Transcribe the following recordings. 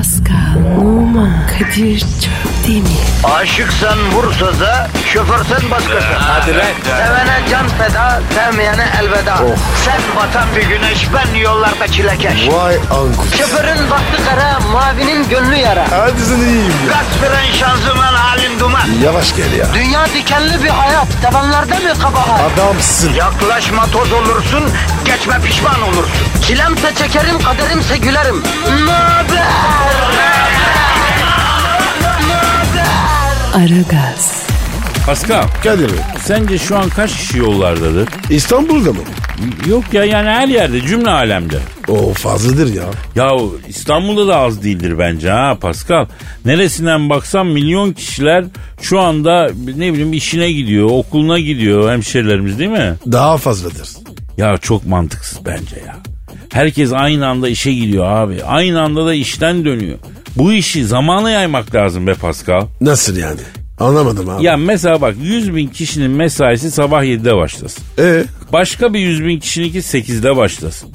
Pascal, Oman, Kadir çok değil mi? Aşıksan vursa da, şoförsen başkasın. Hadi lan. Sevene can feda, sevmeyene elveda. Sen batan bir güneş, ben yollarda çilekeş. Vay anku. Şoförün baktı kara, mavinin gönlü yara. Hadi sen iyiyim ya. Kasperen şanzıman halin duman. Yavaş gel ya. Dünya dikenli bir hayat, sevenlerde mi kabahar? Adamsın. Yaklaşma toz olursun, geçme pişman olursun. Çilemse çekerim, kaderimse gülerim. Möber! Aragaz, Pascal, Kadir Bey. sence şu an kaç kişi yollardadır? İstanbul'da mı? Yok ya, yani her yerde, cümle alemde. O fazladır ya. Ya İstanbul'da da az değildir bence ha Pascal. Neresinden baksan milyon kişiler şu anda ne bileyim işine gidiyor, okuluna gidiyor hemşerilerimiz, değil mi? Daha fazladır. Ya çok mantıksız bence ya. Herkes aynı anda işe gidiyor abi. Aynı anda da işten dönüyor. Bu işi zamana yaymak lazım be Pascal. Nasıl yani? Anlamadım abi. Ya mesela bak, 100 bin kişinin mesaisi sabah 7'de başlasın. Başka bir 100 bin kişininki 8'de başlasın.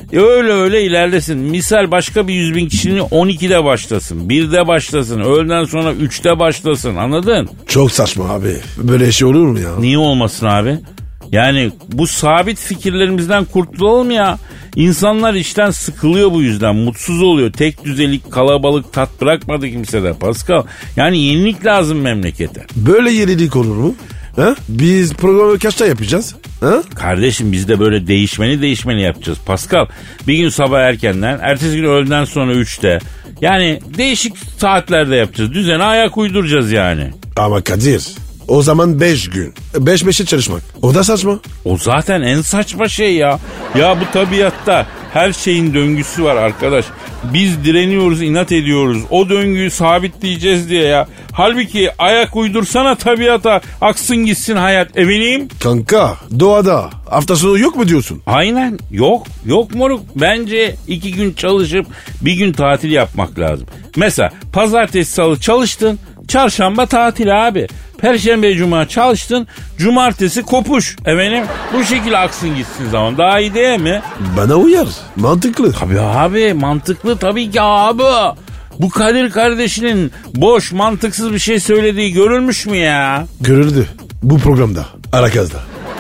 Öyle ilerlesin. Misal başka bir 100 bin kişinin 12'de başlasın. 1'de başlasın. Öğleden sonra 3'te başlasın. Anladın? Çok saçma abi. Böyle şey olur mu ya? Niye olmasın abi? Yani bu sabit fikirlerimizden kurtulalım ya. İnsanlar işten sıkılıyor bu yüzden. Mutsuz oluyor. Tek düzelik, kalabalık tat bırakmadı kimsede Pascal. Yani yenilik lazım memlekete. Böyle yenilik olur mu? Ha? Biz programı kaçta yapacağız? Ha? Kardeşim biz de böyle değişmeni yapacağız Pascal. Bir gün sabah erkenden, ertesi gün öğleden sonra 3'te. Yani değişik saatlerde yapacağız. Düzene ayak uyduracağız yani. Ama Kadir, o zaman 5 gün. 5-5'e çalışmak. O da saçma. O zaten en saçma şey ya. Ya bu tabiatta her şeyin döngüsü var arkadaş. Biz direniyoruz, inat ediyoruz. O döngüyü sabitleyeceğiz diye ya. Halbuki ayak uydursana tabiata, aksın gitsin hayat. Efendim? Kanka, doğada hafta sonu yok mu diyorsun? Aynen. Yok moruk. Bence 2 gün çalışıp bir gün tatil yapmak lazım. Mesela pazartesi salı çalıştın, çarşamba tatil abi. Perşembe cuma çalıştın, cumartesi kopuş. Efendim, bu şekilde aksın gitsin zaman. Daha iyi değil mi? Bana uyar. Mantıklı. Tabii abi, mantıklı tabii ki abi. Bu Kadir kardeşinin boş, mantıksız bir şey söylediği görülmüş mü ya? Görüldü. Bu programda. Aragaz'da.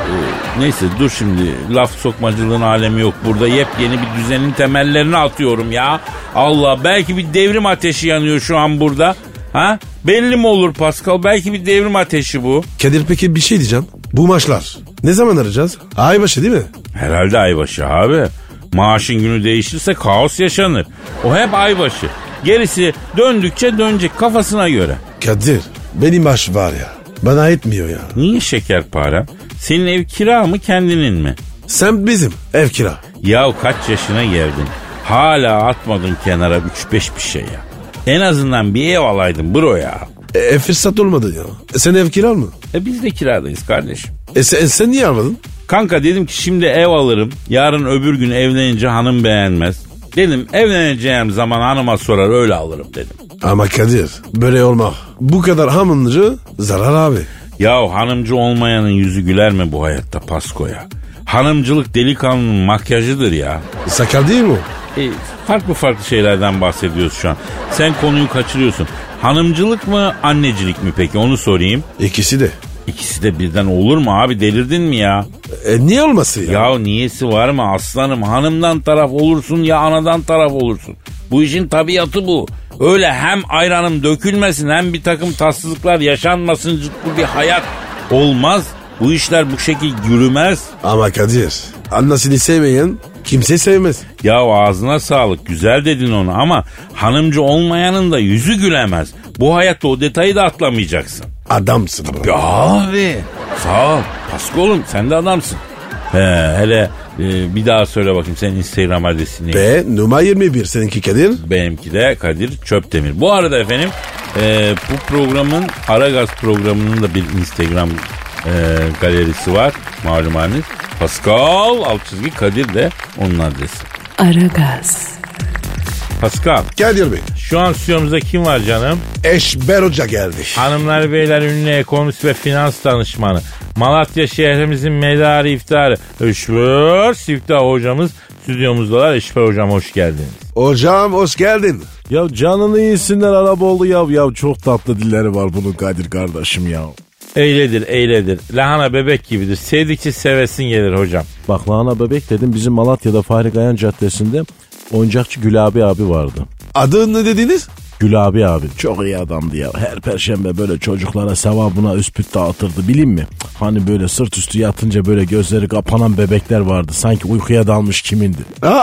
Neyse dur şimdi, laf sokmacılığın alemi yok. Burada yepyeni bir düzenin temellerini atıyorum ya. Allah, belki bir devrim ateşi yanıyor şu an burada. Ha? Belli mi olur Pascal? Belki bir devrim ateşi bu. Kadir peki bir şey diyeceğim. Bu maçlar ne zaman arayacağız? Aybaşı değil mi? Herhalde aybaşı abi. Maaşın günü değişirse kaos yaşanır. O hep aybaşı. Gerisi döndükçe dönecek kafasına göre. Kadir benim maaş var ya. Bana etmiyor ya. Niye şekerparem? Senin ev kira mı, kendinin mi? Sen bizim ev kira. Yahu kaç yaşına geldin? Hala atmadın kenara 3-5 bir şey ya. En azından bir ev alaydın bro ya. Fırsat olmadı ya. Sen ev kira mı? Biz de kiradayız kardeşim. Sen niye almadın? Kanka dedim ki şimdi ev alırım. Yarın öbür gün evlenince hanım beğenmez. Dedim evleneceğim zaman hanıma sorar, öyle alırım dedim. Ama Kadir böyle olma. Bu kadar hamıncı zarar abi. Yahu hanımcı olmayanın yüzü güler mi bu hayatta Pasko ya? Hanımcılık delikanlının makyajıdır ya. Sakal değil mi o? Farklı şeylerden bahsediyoruz şu an. Sen konuyu kaçırıyorsun. Hanımcılık mı, annecilik mi peki, onu sorayım. İkisi de. İkisi de birden olur mu abi, delirdin mi ya? Niye olmasın ya? Ya niyesi var mı aslanım? Hanımdan taraf olursun ya anadan taraf olursun. Bu işin tabiatı bu. Öyle hem ayranım dökülmesin hem bir takım tatsızlıklar yaşanmasın ciddi bir hayat olmaz. Bu işler bu şekil yürümez. Ama Kadir, annesini sevmeyen kimse sevmez. Ya ağzına sağlık, güzel dedin onu ama hanımcı olmayanın da yüzü gülemez. Bu hayatta o detayı da atlamayacaksın. Adamsın bro. Ya abi sağ ol. Paskol'um sen de adamsın. Hele bir daha söyle bakayım senin Instagram adresini. Numara 21 seninki Kadir. Benimki de Kadir Çöptemir. Bu arada efendim bu programın, Aragaz programının da bir Instagram galerisi var malumunuz. Pascal _ Kadir de onun adresi. Aragaz. Pascal. Kadir Bey. Şu an stüdyomuzda kim var canım? Eşber Hoca geldi. Hanımlar beyler, ünlü ekonomist ve finans danışmanı, Malatya şehrimizin medarı iftiharı Eşber Siftah hocamız Stüdyomuzdalar. Eşber hocam hoş geldiniz. Hocam hoş geldin. Ya canını yesinler Araboğlu ya. Ya çok tatlı dilleri var bunun Kadir kardeşim ya. Eyledir. Lahana bebek gibidir. Sevdikçe sevesin gelir hocam. Bak lahana bebek dedim, bizim Malatya'da Fahri Gayan Caddesi'nde oyuncakçı Gül abi vardı. Adı ne dediniz? Gül abi çok iyi adamdı ya. Her perşembe böyle çocuklara sevabına üspüt dağıtırdı, bileyim mi? Hani böyle sırt üstü yatınca böyle gözleri kapanan bebekler vardı. Sanki uykuya dalmış kimindi.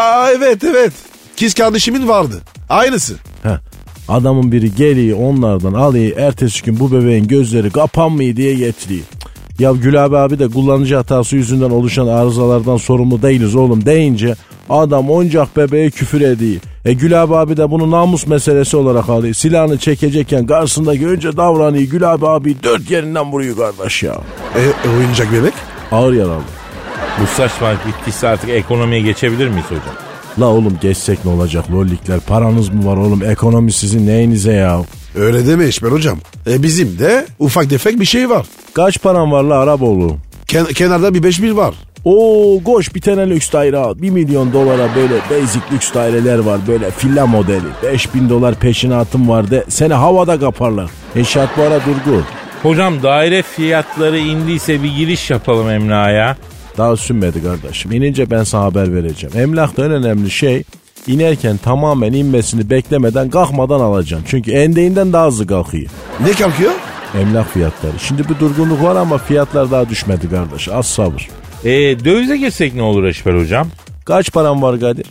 Evet. Kız kardeşimin vardı. Aynısı. Adamın biri geliyor onlardan alıyor. Ertesi gün bu bebeğin gözleri kapanmıyor diye getiriyor. Ya Gül abi de kullanıcı hatası yüzünden oluşan arızalardan sorumlu değiliz oğlum deyince adam oyuncak bebeğe küfür ediyor. Gül abi de bunu namus meselesi olarak alıyor. Silahını çekecekken karşısındaki önce davranıyor. Gül abi dört yerinden vuruyor kardeş ya. Oyuncak bebek? Ağır yaralı. Bu saçmalık bittiyse artık ekonomiye geçebilir miyiz hocam? La oğlum geçsek ne olacak lollikler, paranız mı var oğlum, ekonomi sizin neyinize ya? Öyle deme İşber hocam. Bizim de ufak tefek bir şey var. Kaç paran var la Araboğlu? Kenarda bir 5.000 var. Oo koş bir tane lüks daire al. 1 milyon dolara böyle basic lüks daireler var, böyle villa modeli. 5.000 dolar peşinatım var de seni havada kaparlar. İnşaat bu ara durgun. Hocam daire fiyatları indiyse bir giriş yapalım emlağa. Daha sünmedi kardeşim. İnince ben sana haber vereceğim. Emlakta en önemli şey inerken tamamen inmesini beklemeden kalkmadan alacaksın. Çünkü endeğinden daha hızlı kalkıyor. Ne kalkıyor? Emlak fiyatları. Şimdi bir durgunluk var ama fiyatlar daha düşmedi kardeş. Az sabır. Dövize girsek ne olur Eşber hocam? Kaç param var Kadir?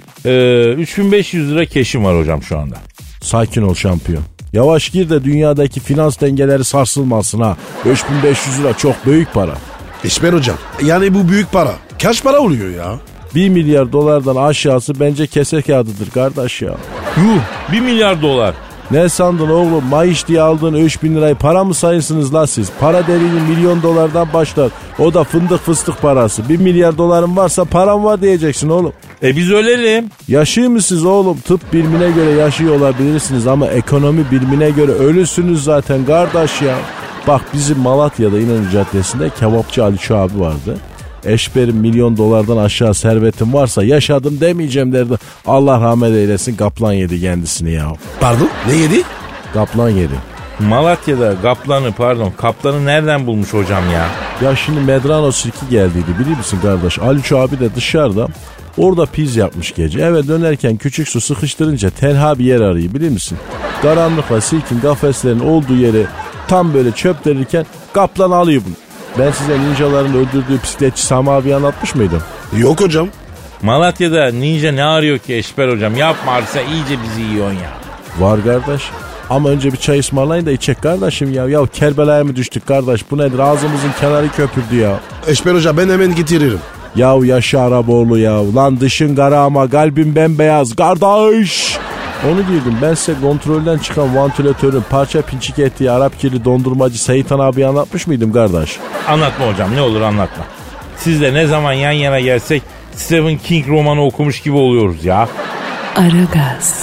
3500 lira keşim var hocam şu anda. Sakin ol şampiyon. Yavaş gir de dünyadaki finans dengeleri sarsılmasın ha. 3500 lira çok büyük para. İşber hocam. Yani bu büyük para. Kaç para oluyor ya? 1 milyar dolardan aşağısı bence kese kağıdıdır kardeş ya. 1 milyar dolar. Ne sandın oğlum? Maaş diye aldığın 3000 lirayı para mı sayırsınız la siz? Para dediğin milyon dolardan başlar. O da fındık fıstık parası. 1 milyar doların varsa param var diyeceksin oğlum. Biz ölelim. Yaşıyor musunuz oğlum? Tıp bilimine göre yaşıyor olabilirsiniz ama ekonomi bilimine göre ölüsünüz zaten kardeş ya. Bak bizim Malatya'da İnönü Caddesi'nde kebapçı Ali Çağ abi vardı. Eşber'in milyon dolardan aşağı servetim varsa yaşadım demeyeceğim derdi. Allah rahmet eylesin, kaplan yedi kendisini ya. Pardon, ne yedi? Kaplan yedi. Malatya'da kaplanı nereden bulmuş hocam ya? Ya şimdi Medrano sirki geldiydi biliyor musun kardeş? Ali Çağ abi de dışarıda orada piz yapmış gece. Eve dönerken küçük su sıkıştırınca tenha bir yer arıyor biliyor musun? Karanlıkla sirkin kafeslerin olduğu yeri tam böyle çöp verirken kaplan alıyor bunu. Ben size ninjaların öldürdüğü bisikletçi Sami abi anlatmış mıydım? Yok hocam. Malatya'da ninja ne arıyor ki Eşber hocam? Yapma Arsa, iyice bizi yiyorsun ya. Var kardeş. Ama önce bir çay ısmarlayın da içecek kardeşim ya. Ya Kerbela'ya mı düştük kardeş? Bu nedir? Ağzımızın kenarı köpürdü ya. Eşber hocam ben hemen getiririm. Ya yaşa Araboğlu ya. Lan dışın kara ama kalbin bembeyaz kardeş. Onu diyordum, ben size kontrolden çıkan vantilatörün parça pinçik ettiği Arap kiri dondurmacı Seyitan abi anlatmış mıydım kardeş? Anlatma hocam, ne olur anlatma. Sizle ne zaman yan yana gelsek Stephen King romanı okumuş gibi oluyoruz ya. Aragaz.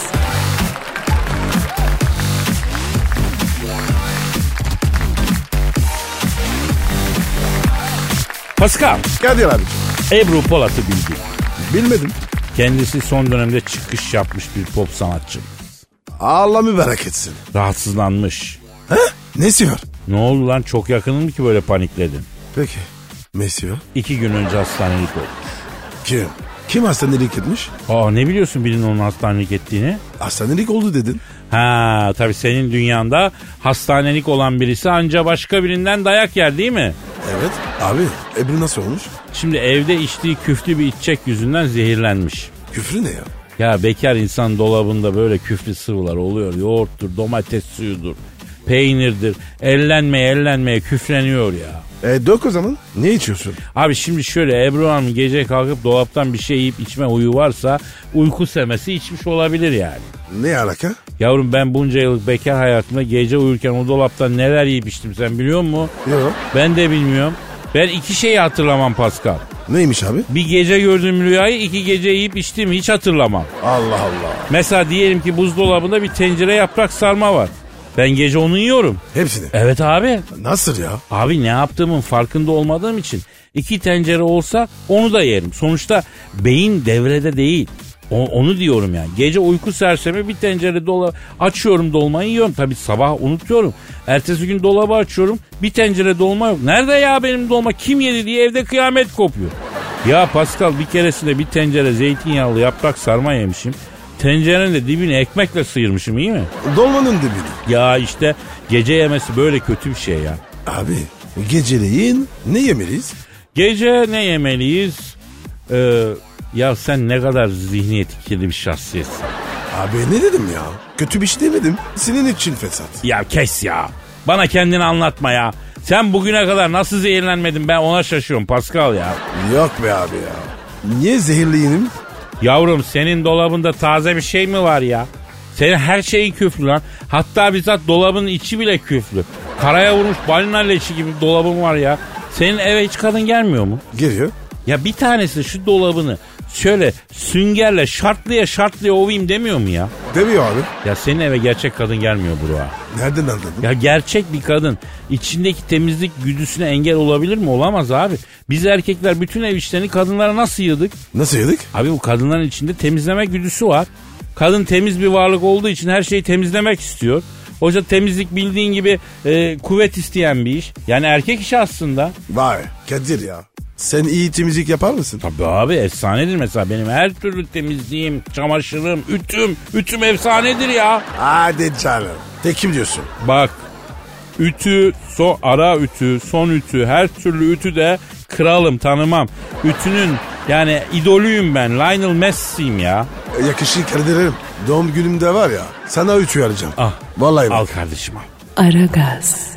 Pascal, Kadir abicim. Ebru Polat'ı bildi. Bilmedim. Kendisi son dönemde çıkış yapmış bir pop sanatçı. Allah mübarek etsin. Rahatsızlanmış. Nesi var? Ne oldu lan, çok yakınım ki böyle panikledin? Peki. Nesi var? 2 gün önce hastanelik oldu. Kim? Kim hastanelik etmiş? Ne biliyorsun birinin onun hastanelik ettiğini? Hastanelik oldu dedin. Ha tabii, senin dünyanda hastanelik olan birisi anca başka birinden dayak yer değil mi? Evet. Abi Ebru nasıl olmuş? Şimdi evde içtiği küflü bir içecek yüzünden zehirlenmiş. Küfrü ne ya? Ya bekar insan dolabında böyle küflü sıvılar oluyor. Yoğurttur, domates suyudur, peynirdir. Ellenmeye küfleniyor ya. Dök o zaman. Ne içiyorsun? Abi şimdi şöyle, Ebru Hanım gece kalkıp dolaptan bir şey yiyip içme huyu varsa uyku semesi içmiş olabilir yani. Ne alaka? Yavrum, ben bunca yıllık bekar hayatımda gece uyurken o dolaptan neler yiyip içtim sen biliyor musun? Yok. Ben de bilmiyorum. Ben 2 şeyi hatırlamam Pascal. Neymiş abi? Bir gece gördüğüm rüyayı 2 gece yiyip içtiğimi hiç hatırlamam. Allah Allah. Mesela diyelim ki buzdolabında bir tencere yaprak sarma var. Ben gece onu yiyorum. Hepsini. Evet abi. Nasıl ya? Abi ne yaptığımın farkında olmadığım için 2 tencere olsa onu da yerim. Sonuçta beyin devrede değil. Onu diyorum yani. Gece uyku sersemi bir tencere açıyorum, dolmayı yiyorum. Tabii sabah unutuyorum. Ertesi gün dolabı açıyorum, bir tencere dolma yok. Nerede ya benim dolma? Kim yedi diye evde kıyamet kopuyor. Ya Pascal, bir keresinde bir tencere zeytinyağlı yaprak sarma yemişim. Tencerenin de dibini ekmekle sıyırmışım, iyi mi? Dolmanın dibini. Ya işte gece yemesi böyle kötü bir şey ya. Abi geceleyin ne yemeliyiz? Gece ne yemeliyiz? Ya sen ne kadar zihniyeti kirli bir şahsiyetsin. Abi ne dedim ya? Kötü bir şey demedim. Senin için fesat. Ya kes ya. Bana kendini anlatma ya. Sen bugüne kadar nasıl zehirlenmedin, ben ona şaşıyorum Pascal ya. Yok be abi ya. Niye zehirliyim? Yavrum, senin dolabında taze bir şey mi var ya? Senin her şeyin küflü lan. Hatta bizzat dolabın içi bile küflü. Karaya vurmuş balina leşi gibi dolabın var ya. Senin eve hiç kadın gelmiyor mu? Geliyor. Ya bir tanesi şu dolabını şöyle süngerle şartlıya ovayım demiyor mu ya? Demiyor abi. Ya senin eve gerçek kadın gelmiyor bro. Nereden anladın? Ya gerçek bir kadın içindeki temizlik güdüsüne engel olabilir mi? Olamaz abi. Biz erkekler bütün ev işlerini kadınlara nasıl yığdık? Nasıl yedik? Abi bu kadınların içinde temizleme güdüsü var. Kadın temiz bir varlık olduğu için her şeyi temizlemek istiyor. Oysa temizlik bildiğin gibi kuvvet isteyen bir iş. Yani erkek işi aslında. Vay Kadir ya. Sen iyi temizlik yapar mısın? Tabii abi, efsanedir mesela. Benim her türlü temizliğim, çamaşırım, ütüm efsanedir ya. Hadi canım. Tekim diyorsun. Bak, ütü, ara ütü, son ütü, her türlü ütü de kralım, tanımam. Ütünün yani idolüyüm ben. Lionel Messi'yim ya. Yakışır Kadir'im. Doğum günümde var ya, sana ütü arayacağım. Ah, vallahi bak. al kardeşim al. Aragaz.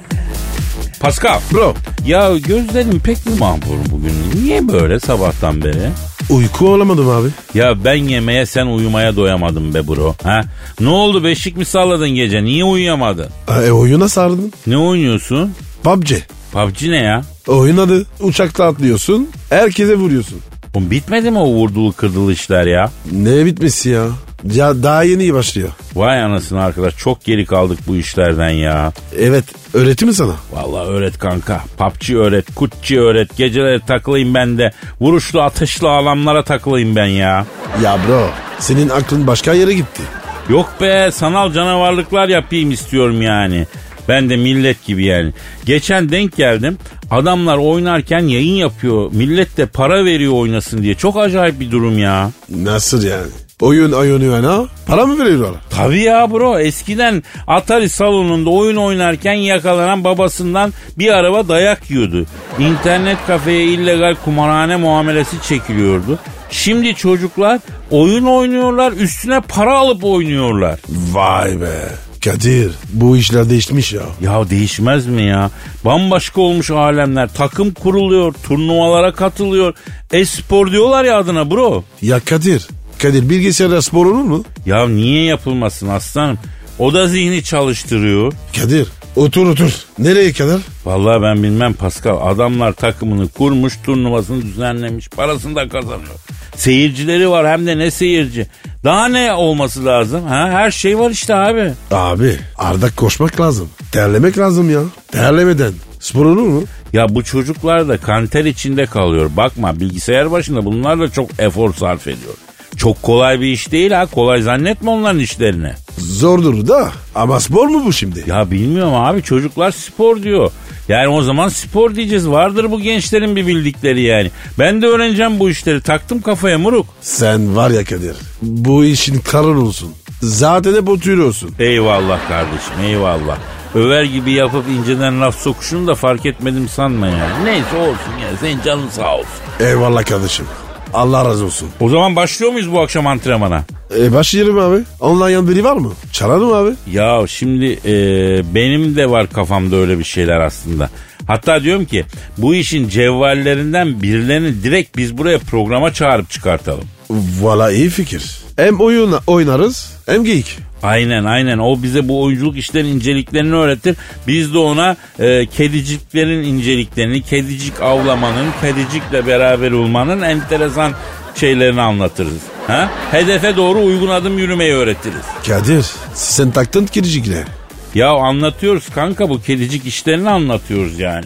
Pascal. Bro. Ya gözlerim pek mi mahvur bugün? Niye böyle sabahtan beri? Uyku olamadım abi. Ya ben yemeye, sen uyumaya doyamadım be bro. Ha? Ne oldu, beşik mi salladın gece? Niye uyuyamadın? Oyuna sardın. Ne oynuyorsun? PUBG. PUBG ne ya? Oyun adı. Uçakta atlıyorsun. Herkese vuruyorsun. Oğlum bitmedi mi o vurdulu kırdılı işler ya? Ne bitmesi ya? Ya daha yeni başlıyor. Vay anasını arkadaş, çok geri kaldık bu işlerden ya. Evet, öğretti mi sana? Vallahi öğret kanka. PUBG öğret, kutçi öğret. Geceleri takılayım ben de. Vuruşlu ateşli alanlara takılayım ben ya. Ya bro, senin aklın başka yere gitti. Yok be, sanal canavarlıklar yapayım istiyorum yani. Ben de millet gibi yani. Geçen denk geldim. Adamlar oynarken yayın yapıyor. Millet de para veriyor oynasın diye. Çok acayip bir durum ya. Nasıl yani? Oyun oynayana para mı veriyorlar? Tabii ya bro. Eskiden Atari salonunda oyun oynarken yakalanan babasından bir araba dayak yiyordu. İnternet kafeye illegal kumarhane muamelesi çekiliyordu. Şimdi çocuklar oyun oynuyorlar, üstüne para alıp oynuyorlar. Vay be. Kadir, bu işler değişmiş ya. Ya değişmez mi ya? Bambaşka olmuş alemler. Takım kuruluyor, turnuvalara katılıyor. E-spor diyorlar ya adına bro. Ya Kadir bilgisayarda spor olur mu? Ya niye yapılmasın aslanım? O da zihni çalıştırıyor. Kadir otur. Nereye kadar? Vallahi ben bilmem Pascal. Adamlar takımını kurmuş, turnuvasını düzenlemiş, parasını da kazanıyor. Seyircileri var, hem de ne seyirci. Daha ne olması lazım? Ha? Her şey var işte abi. Abi arada koşmak lazım. Terlemek lazım ya. Terlemeden spor olur mu? Ya bu çocuklar da kanter içinde kalıyor. Bakma, bilgisayar başında bunlar da çok efor sarf ediyor. Çok kolay bir iş değil ha. Kolay zannetme onların işlerini. Zordur da ama spor mu bu şimdi? Ya bilmiyorum abi, çocuklar spor diyor. Yani o zaman spor diyeceğiz. Vardır bu gençlerin bir bildikleri yani. Ben de öğreneceğim bu işleri. Taktım kafaya moruk. Sen var ya Kadir, bu işin karın olsun. Zaten hep oturuyorsun. Eyvallah kardeşim, eyvallah. Över gibi yapıp inceden laf sokuşunu da fark etmedim sanma yani. Neyse olsun ya, senin canın sağ olsun. Eyvallah kardeşim. Allah razı olsun. O zaman başlıyor muyuz bu akşam antrenmana? Başlayalım abi. Anlayan biri var mı? Çalalım abi. Ya şimdi benim de var kafamda öyle bir şeyler aslında. Hatta diyorum ki bu işin cevvallerinden birilerini direkt biz buraya programa çağırıp çıkartalım. Valla iyi fikir. Hem oyun oynarız hem geyik. Aynen, o bize bu oyunculuk işlerinin inceliklerini öğretir. Biz de ona kediciklerin inceliklerini, kedicik avlamanın, kedicikle beraber olmanın enteresan şeylerini anlatırız. Ha? Hedefe doğru uygun adım yürümeyi öğretiriz. Kadir sen taktın kedicikle. Ya anlatıyoruz kanka, bu kedicik işlerini anlatıyoruz yani.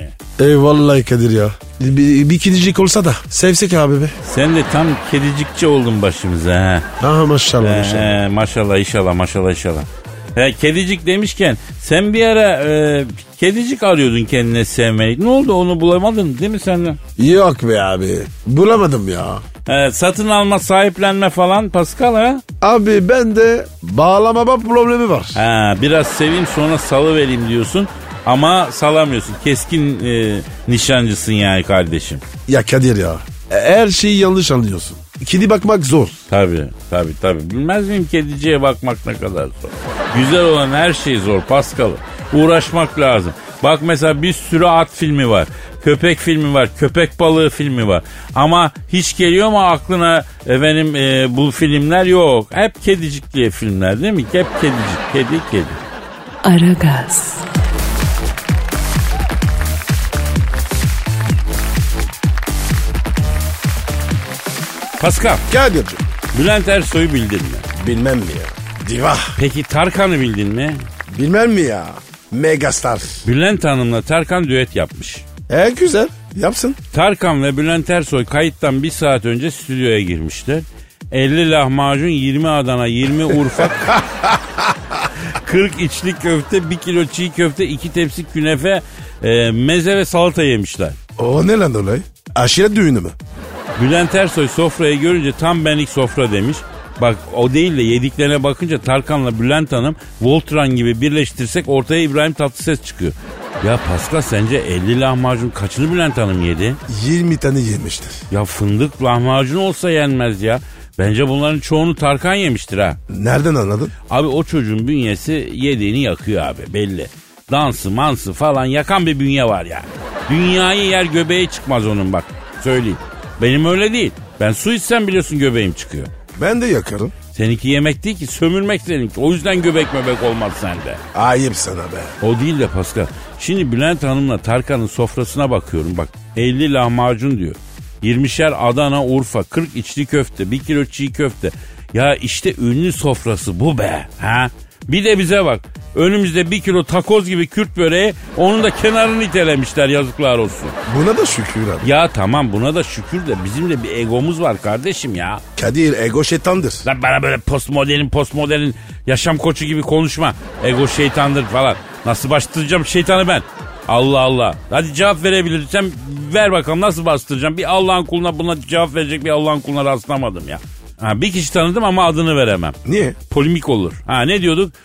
Vallahi Kadir ya. Bir kedicik olsa da sevsek abi be. Sen de tam kedicikçi oldun başımıza ha. Aha maşallah. Maşallah inşallah. Kedicik demişken sen bir ara kedicik arıyordun kendine sevmelik. Ne oldu, onu bulamadın değil mi sen? Yok be abi. Bulamadım ya. Satın alma, sahiplenme falan Pascal ha? Abi ben de bağlamama problemi var. Biraz seveyim sonra salıvereyim diyorsun ama salamıyorsun. Keskin nişancısın yani kardeşim. Ya Kadir ya. Her şeyi yanlış anlıyorsun. Kedi bakmak zor. Tabii. Bilmez miyim kediciye bakmak ne kadar zor. Güzel olan her şey zor Paskal'ı. Uğraşmak lazım. Bak mesela bir sürü at filmi var. Köpek filmi var. Köpek balığı filmi var. Ama hiç geliyor mu aklına bu filmler yok. Hep kedicik diye filmler değil mi? Hep kedicik. Kedi. Aragaz. Pascal, Kadir'cim. Bülent Ersoy'u bildin mi? Bilmem mi ya? Diva. Peki Tarkan'ı bildin mi? Bilmem mi ya? Megastar. Bülent Hanım'la Tarkan düet yapmış. Güzel. Yapsın. Tarkan ve Bülent Ersoy kayıttan bir saat önce stüdyoya girmişler. 50 lahmacun, 20 Adana, 20 Urfa, 40 içli köfte, 1 kilo çiğ köfte, 2 tepsi künefe, meze ve salata yemişler. O ne lan olay? Aşiret düğünü mü? Bülent Ersoy sofrayı görünce tam benlik sofra demiş. Bak o değil de yediklerine bakınca Tarkan'la Bülent Hanım Voltran gibi birleştirsek ortaya İbrahim Tatlıses çıkıyor. Ya Pascal sence 50 lahmacun kaçını Bülent Hanım yedi? 20 tane yemiştir. Ya fındık lahmacun olsa yenmez ya. Bence bunların çoğunu Tarkan yemiştir ha. Nereden anladın? Abi o çocuğun bünyesi yediğini yakıyor abi belli. Dansı mansı falan yakan bir bünye var ya. Dünyayı yer göbeği çıkmaz onun bak söyleyeyim. Benim öyle değil. Ben su içsem biliyorsun göbeğim çıkıyor. Ben de yakarım. Seninki yemek değil ki sömürmek seninki. O yüzden göbek olmaz sende. Ayıp sana be. O değil de Pascal. Şimdi Bülent Hanım'la Tarkan'ın sofrasına bakıyorum. Bak 50 lahmacun diyor. 20'şer Adana, Urfa, 40 içli köfte, 1 kilo çiğ köfte. Ya işte ünlü sofrası bu be. Ha? Bir de bize bak. Önümüzde 1 kilo takoz gibi Kürt böreği, onun da kenarını itelemişler yazıklar olsun. Buna da şükür abi. Ya tamam buna da şükür de bizim de bir egomuz var kardeşim ya. Kadir ego şeytandır. Lan bana böyle postmodern yaşam koçu gibi konuşma. Ego şeytandır falan. Nasıl bastıracağım şeytanı ben? Allah Allah. Hadi cevap verebilirsen ver bakalım nasıl bastıracağım. Bir Allah'ın kuluna buna cevap verecek bir Allah'ın kuluna rastlamadım ya. Bir kişi tanıdım ama adını veremem. Niye? Polemik olur. Ne diyorduk?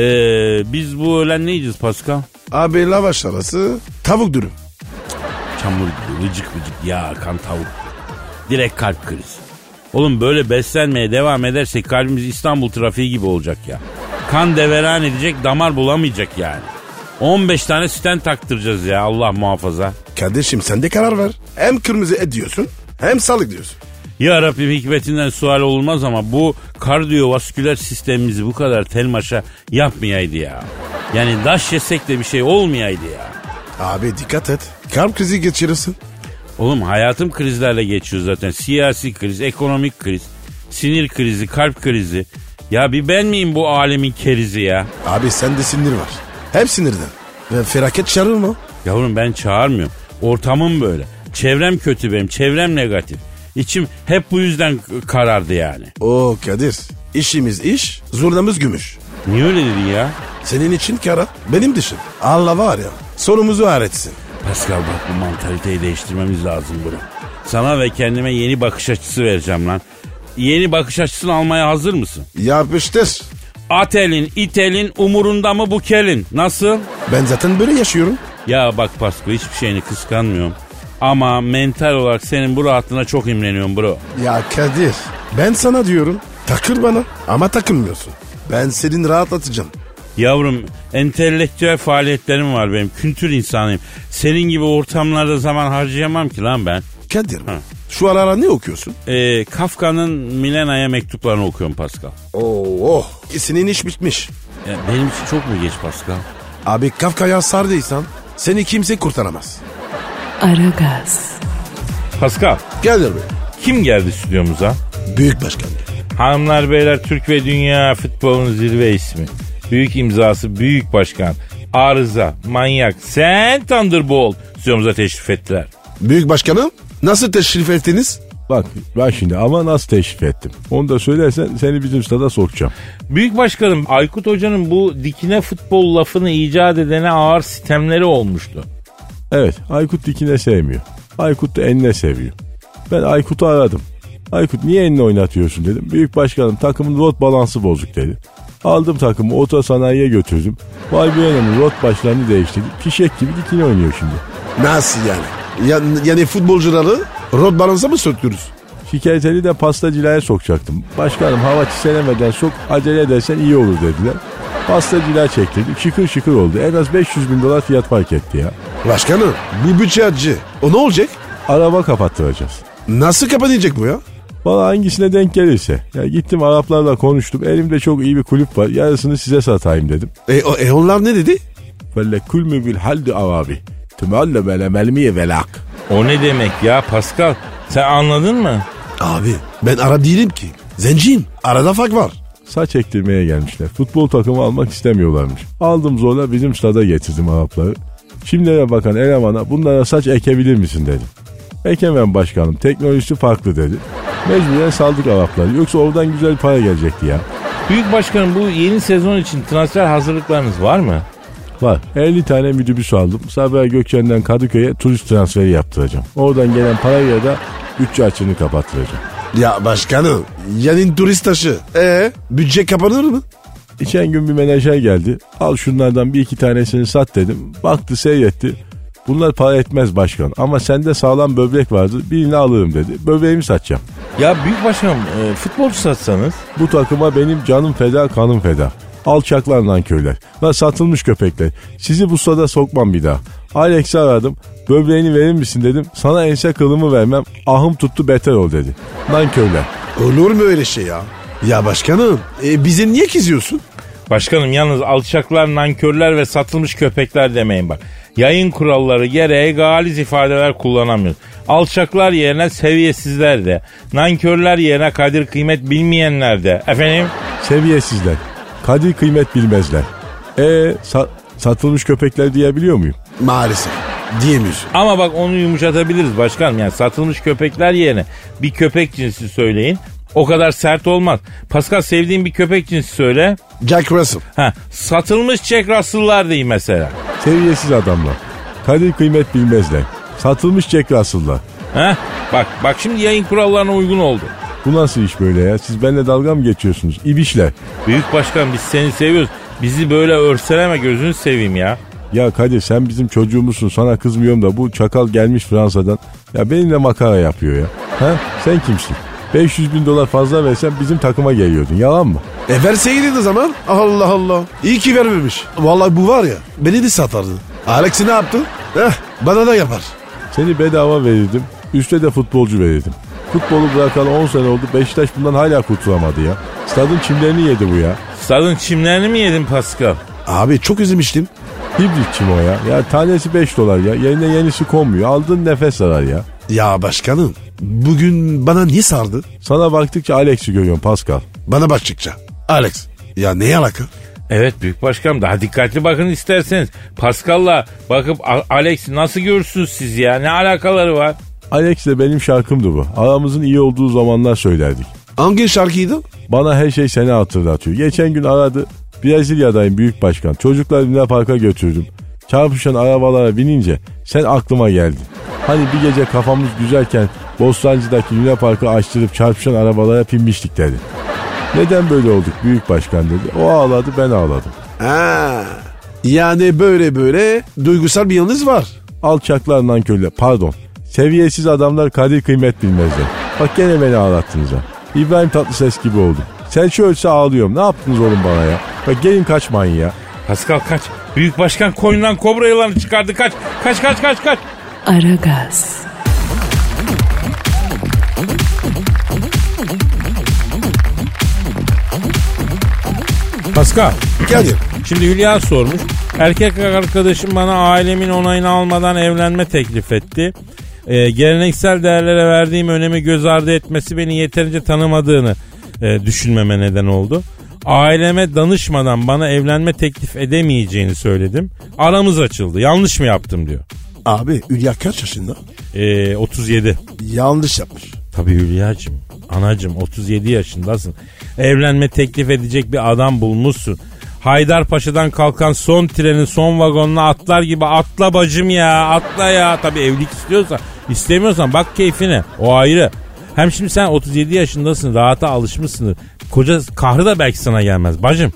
Biz bu öğlen ne yiyeceğiz Pascal? Abi lavaş arası tavuk dürüm. Çamur gibi vıcık yağ akan tavuk. Direkt kalp krizi. Oğlum böyle beslenmeye devam edersek kalbimiz İstanbul trafiği gibi olacak ya. Kan deveran edecek, damar bulamayacak yani. 15 tane stent taktıracağız ya Allah muhafaza. Kardeşim sen de karar ver. Hem kırmızı et diyorsun hem sağlık diyorsun. Ya Rabbim hikmetinden sual olmaz ama bu kardiyovasküler sistemimizi bu kadar telmaşa yapmayaydı ya. Yani daş yesek de bir şey olmayaydı ya. Abi dikkat et. Kalp krizi geçirirsin. Oğlum hayatım krizlerle geçiyor zaten. Siyasi kriz, ekonomik kriz, sinir krizi, kalp krizi. Ya bir ben miyim bu alemin kerizi ya? Abi sende sinir var. Hep sinirden. Ve felaket çağırır mı? Yavrum ben çağırmıyorum. Ortamım böyle. Çevrem kötü benim. Çevrem negatif. İçim hep bu yüzden karardı yani. Oo Kadir. İşimiz iş, zurnamız gümüş. Niye öyle dedin ya? Senin için kara, benim dışım. Allah var ya, sorumuzu öğretsin. Pascal bak bu mantaliteyi değiştirmemiz lazım bro. Sana ve kendime yeni bakış açısı vereceğim lan. Yeni bakış açısını almaya hazır mısın? Yapıştır. Atelin, itelin, umurunda mı bu kelin? Nasıl? Ben zaten böyle yaşıyorum. Ya bak Pasko hiçbir şeyini kıskanmıyorum. Ama mental olarak senin bu rahatlığına çok imreniyorum bro. Ya Kadir, ben sana diyorum takır bana ama takılmıyorsun. Ben senin rahatlatacağım. Yavrum entelektüel faaliyetlerim var benim. Kültür insanıyım. Senin gibi ortamlarda zaman harcayamam ki lan ben. Kadir şu aralar ne okuyorsun? Kafka'nın Milena'ya mektuplarını okuyorum Pascal. Oh senin iş bitmiş. Benim için çok mu geç Pascal? Abi Kafka'ya sardıysan seni kimse kurtaramaz. Aragaz. Pascal. Kadir Bey. Kim geldi stüdyomuza? Büyük başkan. Hanımlar beyler Türk ve dünya futbolunun zirve ismi. Büyük imzası büyük başkan. arıza, manyak, sen Thunderbolt stüdyomuza teşrif ettiler. Büyük başkanım nasıl teşrif ettiniz? Bak şimdi ama nasıl teşrif ettim? Onu da söylersen seni bizim stada sokacağım. Büyük başkanım, Aykut Hoca'nın bu dikine futbol lafını icat edene ağır sitemleri olmuştu. Evet, Aykut dikine sevmiyor. Aykut da enine seviyor. Ben Aykut'u aradım. Aykut niye enine oynatıyorsun dedim. Büyük başkanım takımın rot balansı bozuk dedi. Aldım takımı otosanayiye götürdüm. Valbuena'nın rot başlarını değiştirdik. Fişek gibi dikine oynuyor şimdi. Nasıl yani? Yani futbolcuları rot balansa mı söktürürüz? Şikayeteli de pastacılığa sokacaktım. Başkanım hava çiselemeden sok, acele edersen iyi olur dediler. Pastacılığa çektirdik, şıkır şıkır oldu. En az 500 bin dolar fiyat fark etti ya. Başkanım bu bütçe acı. O ne olacak? Araba kapattıracağız. Nasıl kapanacak bu ya? Bana hangisine denk gelirse. Ya gittim Araplarla konuştum. Elimde çok iyi bir kulüp var. Yarısını size satayım dedim. Onlar ne dedi? Velle kulmü bil haldi avabi. Tümalle bele melmiye velak. O ne demek ya Pascal? Sen anladın mı? Abi ben Arap değilim ki. Zenciyim. Arada fark var. Saç ektirmeye gelmişler. Futbol takımı almak istemiyorlarmış. Aldım zorla bizim stada getirdim Arapları. Şimdilere bakan elemana bunlara saç ekebilir misin dedim. Ekemem başkanım, teknolojisi farklı dedi. Mecburen saldık Arapları. Yoksa oradan güzel para gelecekti ya. Büyük başkanım, bu yeni sezon için transfer hazırlıklarınız var mı? Var. 50 tane minibüs aldım. Sabiha Gökçen'den Kadıköy'e turist transferi yaptıracağım. Oradan gelen parayla da bütçe açığını kapattıracağım. Ya başkanım yani turist taşı. Bütçe kapanır mı? Geçen gün bir menajer geldi. Al şunlardan bir iki tanesini sat dedim. Baktı seyretti. Bunlar para etmez başkan ama sende sağlam böbrek vardı, birini alırım dedi. Böbreğimi satacağım. Ya büyük başkanım, futbolcu satsanız? Bu takıma benim canım feda, kanım feda. Alçaklar nankörler. Lan satılmış köpekler. Sizi bu stada sokmam bir daha. Alex'i aradım. Böbreğini verir misin dedim. Sana ense kılımı vermem. Ahım tuttu beter ol dedi. Nankörler. Olur mu öyle şey ya? Ya başkanım bize niye kızıyorsun? Başkanım yalnız alçaklar, nankörler ve satılmış köpekler demeyin bak. Yayın kuralları gereği galiz ifadeler kullanamıyoruz. Alçaklar yerine seviyesizler de, nankörler yerine kadir kıymet bilmeyenler de. Efendim? Seviyesizler. Kadir kıymet bilmezler. Satılmış köpekler diyebiliyor muyum? Maalesef diyemiyorsun. Ama bak onu yumuşatabiliriz başkanım. Yani satılmış köpekler yerine bir köpek cinsi söyleyin. O kadar sert olmaz. Pascal, sevdiğin bir köpek cinsi söyle. Jack Russell. Satılmış Jack Russell'lar değil mesela. Seviyesiz adamlar. Kadir kıymet bilmezler. Satılmış Jack Russell'lar. Bak şimdi yayın kurallarına uygun oldu. Bu nasıl iş böyle ya? Siz benimle dalga mı geçiyorsunuz? İbişler. Büyük başkan, biz seni seviyoruz. Bizi böyle örseleme, gözünü seveyim ya. Ya Kadir sen bizim çocuğumuzsun, sana kızmıyorum da bu çakal gelmiş Fransa'dan. Ya benimle makara yapıyor ya. Sen kimsin? 500 bin dolar fazla versen bizim takıma geliyordun, yalan mı? Verseydin o zaman. Allah Allah. İyi ki vermemiş. Vallahi bu var ya beni de satardı. Alex'i ne yaptı? Bana da yapar. Seni bedava verirdim, üstte de futbolcu verirdim. Futbolu bırakalı 10 sene oldu, Beşiktaş bundan hala kurtulamadı ya. Stadın çimlerini yedi bu ya. Stadın çimlerini mi yedin Pascal? Abi çok üzülmüştüm. Hibrit çim o ya. Ya tanesi 5 dolar ya. Yerine yenisi konmuyor. Aldığın nefes zarar ya. Ya başkanım bugün bana niye sardı? Sana baktıkça Alex'i görüyorum Pascal. Bana baktıkça. Alex. Ya ne alaka? Evet büyük başkanım, daha dikkatli bakın isterseniz. Pascal'la bakıp Alex'i nasıl görürsünüz siz ya? Ne alakaları var? Alex de benim şarkımdı bu. Aramızın iyi olduğu zamanlar söylerdik. Hangi şarkıydı? Bana her şey seni hatırlatıyor. Geçen gün aradı. Brezilya'dayım büyük başkan. Çocuklar Luna Park'a götürdüm. Çarpışan arabalara binince sen aklıma geldin. Hani bir gece kafamız güzelken Bostancı'daki Luna Park'ı açtırıp çarpışan arabalara binmiştik dedi. Neden böyle olduk büyük başkan dedi. O ağladı, ben ağladım. Yani böyle duygusal bir yanınız var. Alçaklar nankörler, pardon. Seviyesiz adamlar kadir kıymet bilmezler. Bak gene beni ağlattınız ha. İbrahim Tatlıses gibi oldum. Selçuk ölse ağlıyorum. Ne yaptınız oğlum bana ya? Bak gelin kaçmayın ya. Pascal kaç. Büyük başkan koyundan kobra yılanı çıkardı. Kaç. Aragaz. Pascal. Kadir. Şimdi Hülya sormuş. Erkek arkadaşım bana ailemin onayını almadan evlenme teklif etti. Geleneksel değerlere verdiğim önemi göz ardı etmesi beni yeterince tanımadığını düşünmeme neden oldu. Aileme danışmadan bana evlenme teklif edemeyeceğini söyledim. Aramız açıldı. Yanlış mı yaptım diyor. Abi Hülya kaç yaşında? 37. Yanlış yapmış. Tabii Hülya'cığım, anacığım 37 yaşındasın. Evlenme teklif edecek bir adam bulmuşsun. Haydarpaşa'dan kalkan son trenin son vagonuna atlar gibi atla bacım ya, atla ya. Tabii evlilik istiyorsan, istemiyorsan bak keyfine, o ayrı. Hem şimdi sen 37 yaşındasın, rahata alışmışsın. Koca kahrı da belki sana gelmez bacım.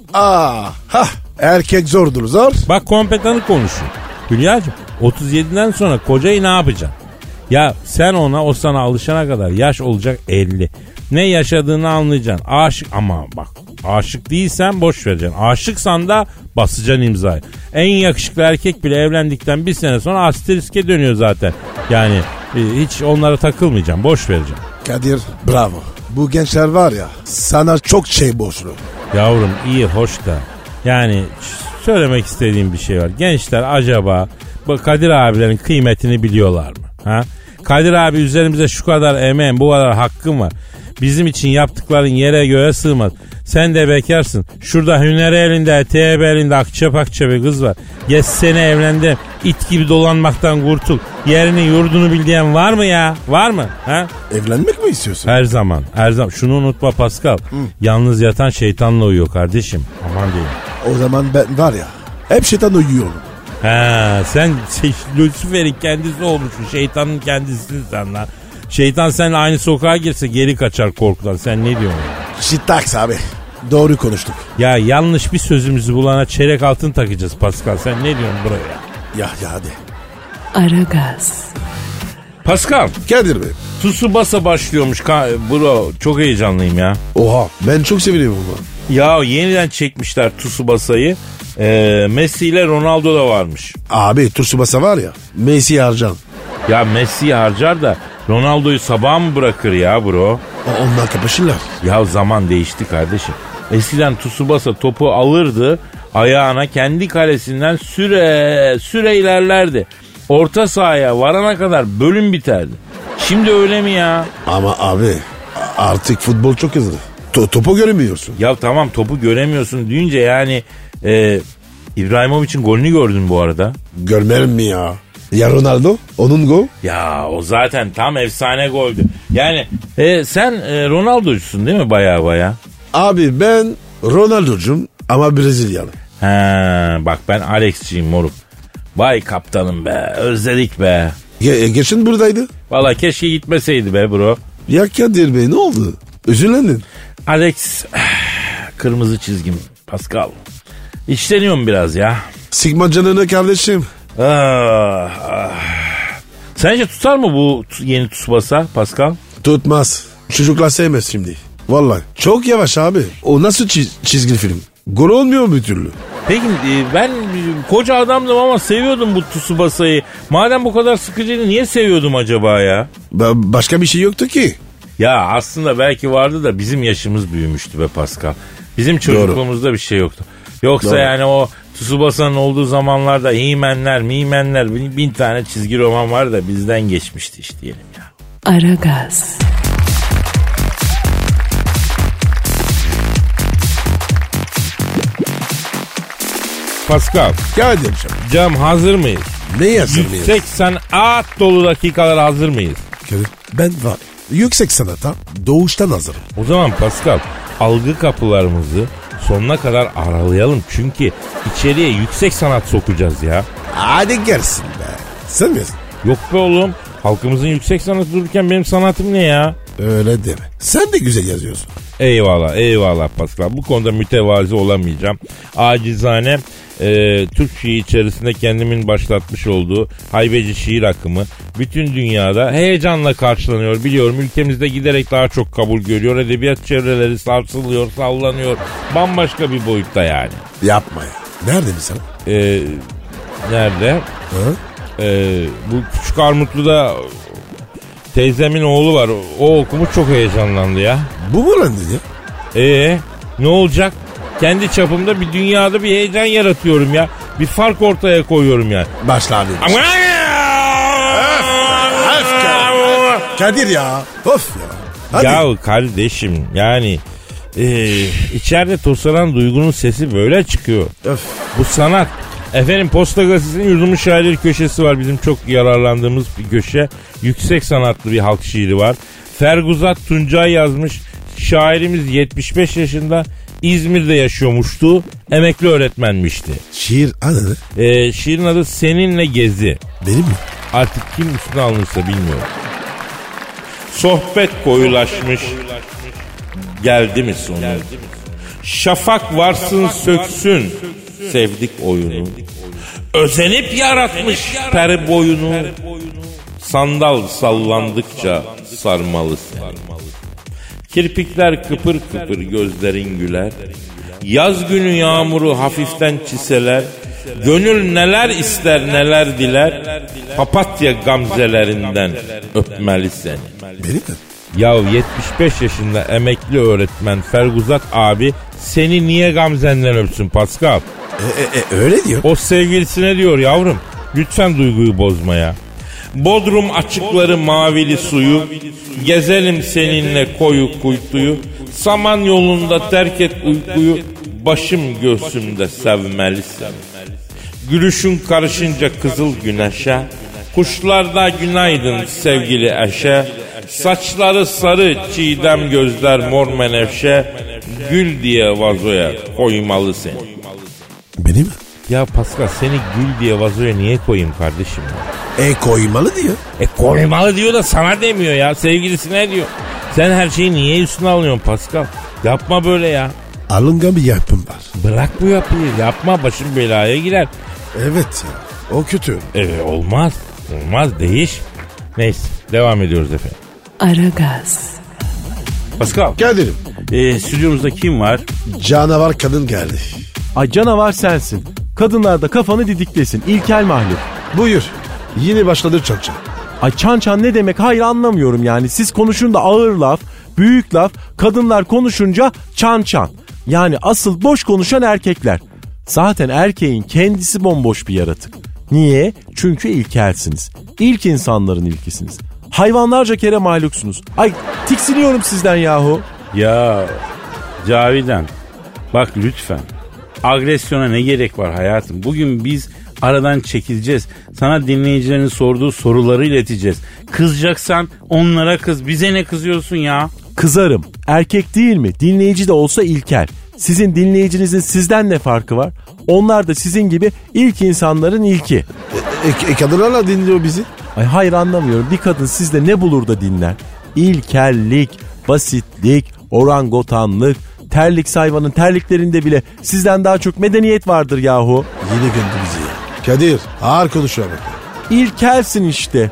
Erkek zordur zor. Bak kompetanı konuşuyor. Hülya'cığım 37'den sonra kocayı ne yapacaksın? Ya sen ona, o sana alışana kadar yaş olacak 50. Ne yaşadığını anlayacaksın. Aşık ama bak, aşık değilsen boş vereceksin. Aşıksan da basacaksın imzayı. En yakışıklı erkek bile evlendikten bir sene sonra asteriske dönüyor zaten. Yani hiç onlara takılmayacaksın, boş vereceksin. Kadir bravo. Bu gençler var ya, sana çok şey borçlu. Yavrum iyi hoş da yani söylemek istediğim bir şey var. Gençler acaba bu Kadir abilerin kıymetini biliyorlar mı? Ha? Kadir abi üzerimize şu kadar emeğin, bu kadar hakkın var. Bizim için yaptıkların yere göğe sığmaz. Sen de bekarsın. Şurada hüneri elinde, eteği elinde akça bir kız var. Geç seni evlendim. İt gibi dolanmaktan kurtul. Yerini yurdunu bildiğin var mı ya? Var mı? Ha? Evlenmek mi istiyorsun? Her zaman. Her zaman. Şunu unutma Pascal. Yalnız yatan şeytanla uyuyor kardeşim. Aman diyeyim. O zaman ben var ya, hep şeytan uyuyorum. Ha, sen Lucifer'in kendisi olmuşsun. Şeytanın kendisisin sen lan. Şeytan seninle aynı sokağa girse geri kaçar korkudan. Sen ne diyorsun? Şittaks abi. Doğru konuştuk. Ya yanlış bir sözümüzü bulana çeyrek altın takacağız Pascal. Sen ne diyorsun buraya? Ya hadi. Aragaz. Pascal. Kadir Bey. Tsubasa başlıyormuş. Bro çok heyecanlıyım ya. Oha, ben çok seviyorum bunu. Ya yeniden çekmişler Tsubasa'yı. Messi ile Ronaldo da varmış. Abi Tsubasa var ya, Messi harcan. Ya Messi'yi harcar da Ronaldo'yu sabaha mı bırakır ya bro? Onlar kapışırlar. Ya zaman değişti kardeşim. Eskiden Tsubasa topu alırdı, ayağına kendi kalesinden süre ilerlerdi. Orta sahaya varana kadar bölüm biterdi. Şimdi öyle mi ya? Ama abi artık futbol çok hızlı. Topu göremiyorsun. Ya tamam topu göremiyorsun deyince yani İbrahimovic'in golünü gördün bu arada. Görmerim mi ya? Ya Ronaldo? Onun gol? Ya o zaten tam efsane goldü. Yani sen Ronaldo'cusun değil mi baya? Abi ben Ronaldo'cum ama Brezilyalı. Bak ben Alex'ciyim moruk. Vay kaptanım be, özledik be. Geçen buradaydı. Valla keşke gitmeseydi be bro. Ya Kadir Bey ne oldu? Üzülendin. Alex kırmızı çizgim Pascal. İçleniyorum biraz ya. Sigma canını kardeşim. Sence tutar mı bu yeni Tsubasa Pascal? Tutmaz. Çocuklar sevmez şimdi. Vallahi çok yavaş abi. O nasıl çizgi film? Gol olmuyor bir türlü. Peki ben koca adamdım ama seviyordum bu Tsubasa'yı. Madem bu kadar sıkıcıydı niye seviyordum acaba ya? Başka bir şey yoktu ki. Ya aslında belki vardı da bizim yaşımız büyümüştü be Pascal. Bizim çocukluğumuzda bir şey yoktu. Yoksa doğru. Yani o Tsubasa'nın olduğu zamanlarda He-Man'ler 1000 tane çizgi roman var da bizden geçmişti işte diyelim ya. Aragaz. Pascal. Geldim Cam hazır mıyız? Ne hazır mıyız? Yüksek sanat dolu dakikalar hazır mıyız? Ben var. Yüksek sanata doğuştan hazırım. O zaman Pascal algı kapılarımızı sonuna kadar aralayalım. Çünkü içeriye yüksek sanat sokacağız ya. Hadi gelsin be. Sen misin? Yok be oğlum. Halkımızın yüksek sanatı dururken benim sanatım ne ya? Öyle deme. Sen de güzel yazıyorsun. Eyvallah Pascal. Bu konuda mütevazi olamayacağım. Acizane Türk şiiri içerisinde kendimin başlatmış olduğu haybeci şiir akımı bütün dünyada heyecanla karşılanıyor. Biliyorum ülkemizde giderek daha çok kabul görüyor. Edebiyat çevreleri sarsılıyor, sallanıyor. Bambaşka bir boyutta yani. Yapma ya. Nerede mesela? Nerede? Bu Küçük Armutlu'da teyzemin oğlu var. O okumuş çok heyecanlandı ya. Bu mu lan dedi? Ne olacak? Kendi çapımda bir dünyada bir heyecan yaratıyorum ya. Bir fark ortaya koyuyorum yani. Başla abi. Kadir ya. Of ya. Hadi. Ya kardeşim yani içeride toslanan duygunun sesi böyle çıkıyor. Öf. Bu sanat. Efendim Posta Gazetesi'nin Yurdumun Şairleri köşesi var. Bizim çok yararlandığımız bir köşe. Yüksek sanatlı bir halk şiiri var. Ferguzat Tuncay yazmış. Şairimiz 75 yaşında İzmir'de yaşıyormuştu. Emekli öğretmenmişti. Şiir adı Şiirin adı Seninle Gezi. benim mi? Artık kim üstüne alınırsa bilmiyorum. Sohbet koyulaşmış. Geldi mi sonu? Şafak varsın söksün. Sevdik oyunu. Özenip yaratmış peri boyunu. Sandal sallandıkça sarmalı seni. Kirpikler kıpır kıpır, gözlerin güler. Yaz günü yağmuru hafiften çiseler. Gönül neler ister neler diler. Papatya gamzelerinden öpmeli seni. Benim mi? Ya 75 yaşında emekli öğretmen Ferguzat abi seni niye gamzenden öpsün Pascal? Öyle diyor. O sevgilisine diyor yavrum. Lütfen duyguyu bozma ya. Bodrum açıkları mavili suyu. Gezelim seninle koyu kuytuyu. Saman yolunda terk et uykuyu. Başım göğsümde sevmelisin. Gülüşün karışınca kızıl güneşe. Kuşlarda günaydın sevgili eşe. Saçları sarı, çiğdem gözler mor menevşe. Gül diye vazoya koymalı seni. Benim mi? Ya Pascal seni gül diye vazoya niye koyayım kardeşim? Koymalı diyor. Koymalı diyor da sana demiyor ya. Sevgilisine diyor. Sen her şeyi niye üstüne alıyorsun Pascal? Yapma böyle ya. Alıngan bir yapım var. Bırak bu yapıyı. Yapma, başın belaya girer. Evet ya. O kötü. Olmaz. Olmaz, değiş. Neyse, devam ediyoruz efendim. Aragaz. Pascal. Geldim. Stüdyomuzda kim var? Canavar kadın geldi. Ay canavar sensin. Kadınlar da kafanı didiklesin. İlkel mahluk. Buyur. Yine başladı çança. Ay çan çan ne demek? Hayır anlamıyorum yani. Siz konuşun da ağır laf, büyük laf. Kadınlar konuşunca çan çan. Yani asıl boş konuşan erkekler. Zaten erkeğin kendisi bomboş bir yaratık. Niye? Çünkü ilkelsiniz. İlk insanların ilkisiniz. Hayvanlarca kere mahluksunuz. Ay tiksiniyorum sizden yahu. Ya Cavidan, bak lütfen. Agresyona ne gerek var hayatım? Bugün biz aradan çekileceğiz. Sana dinleyicilerin sorduğu soruları ileteceğiz. Kızacaksan onlara kız. Bize ne kızıyorsun ya? Kızarım. Erkek değil mi? Dinleyici de olsa ilkel. Sizin dinleyicinizin sizden ne farkı var? Onlar da sizin gibi ilk insanların ilki. Kadınlarla dinliyor bizi. Ay hayır anlamıyorum. Bir kadın sizde ne bulur da dinler? İlkellik, basitlik, orangotanlık, terlik hayvanın terliklerinde bile sizden daha çok medeniyet vardır yahu. Yine göndü bizi ya. Kadir ağır konuşuyor bak. İlkelsin işte.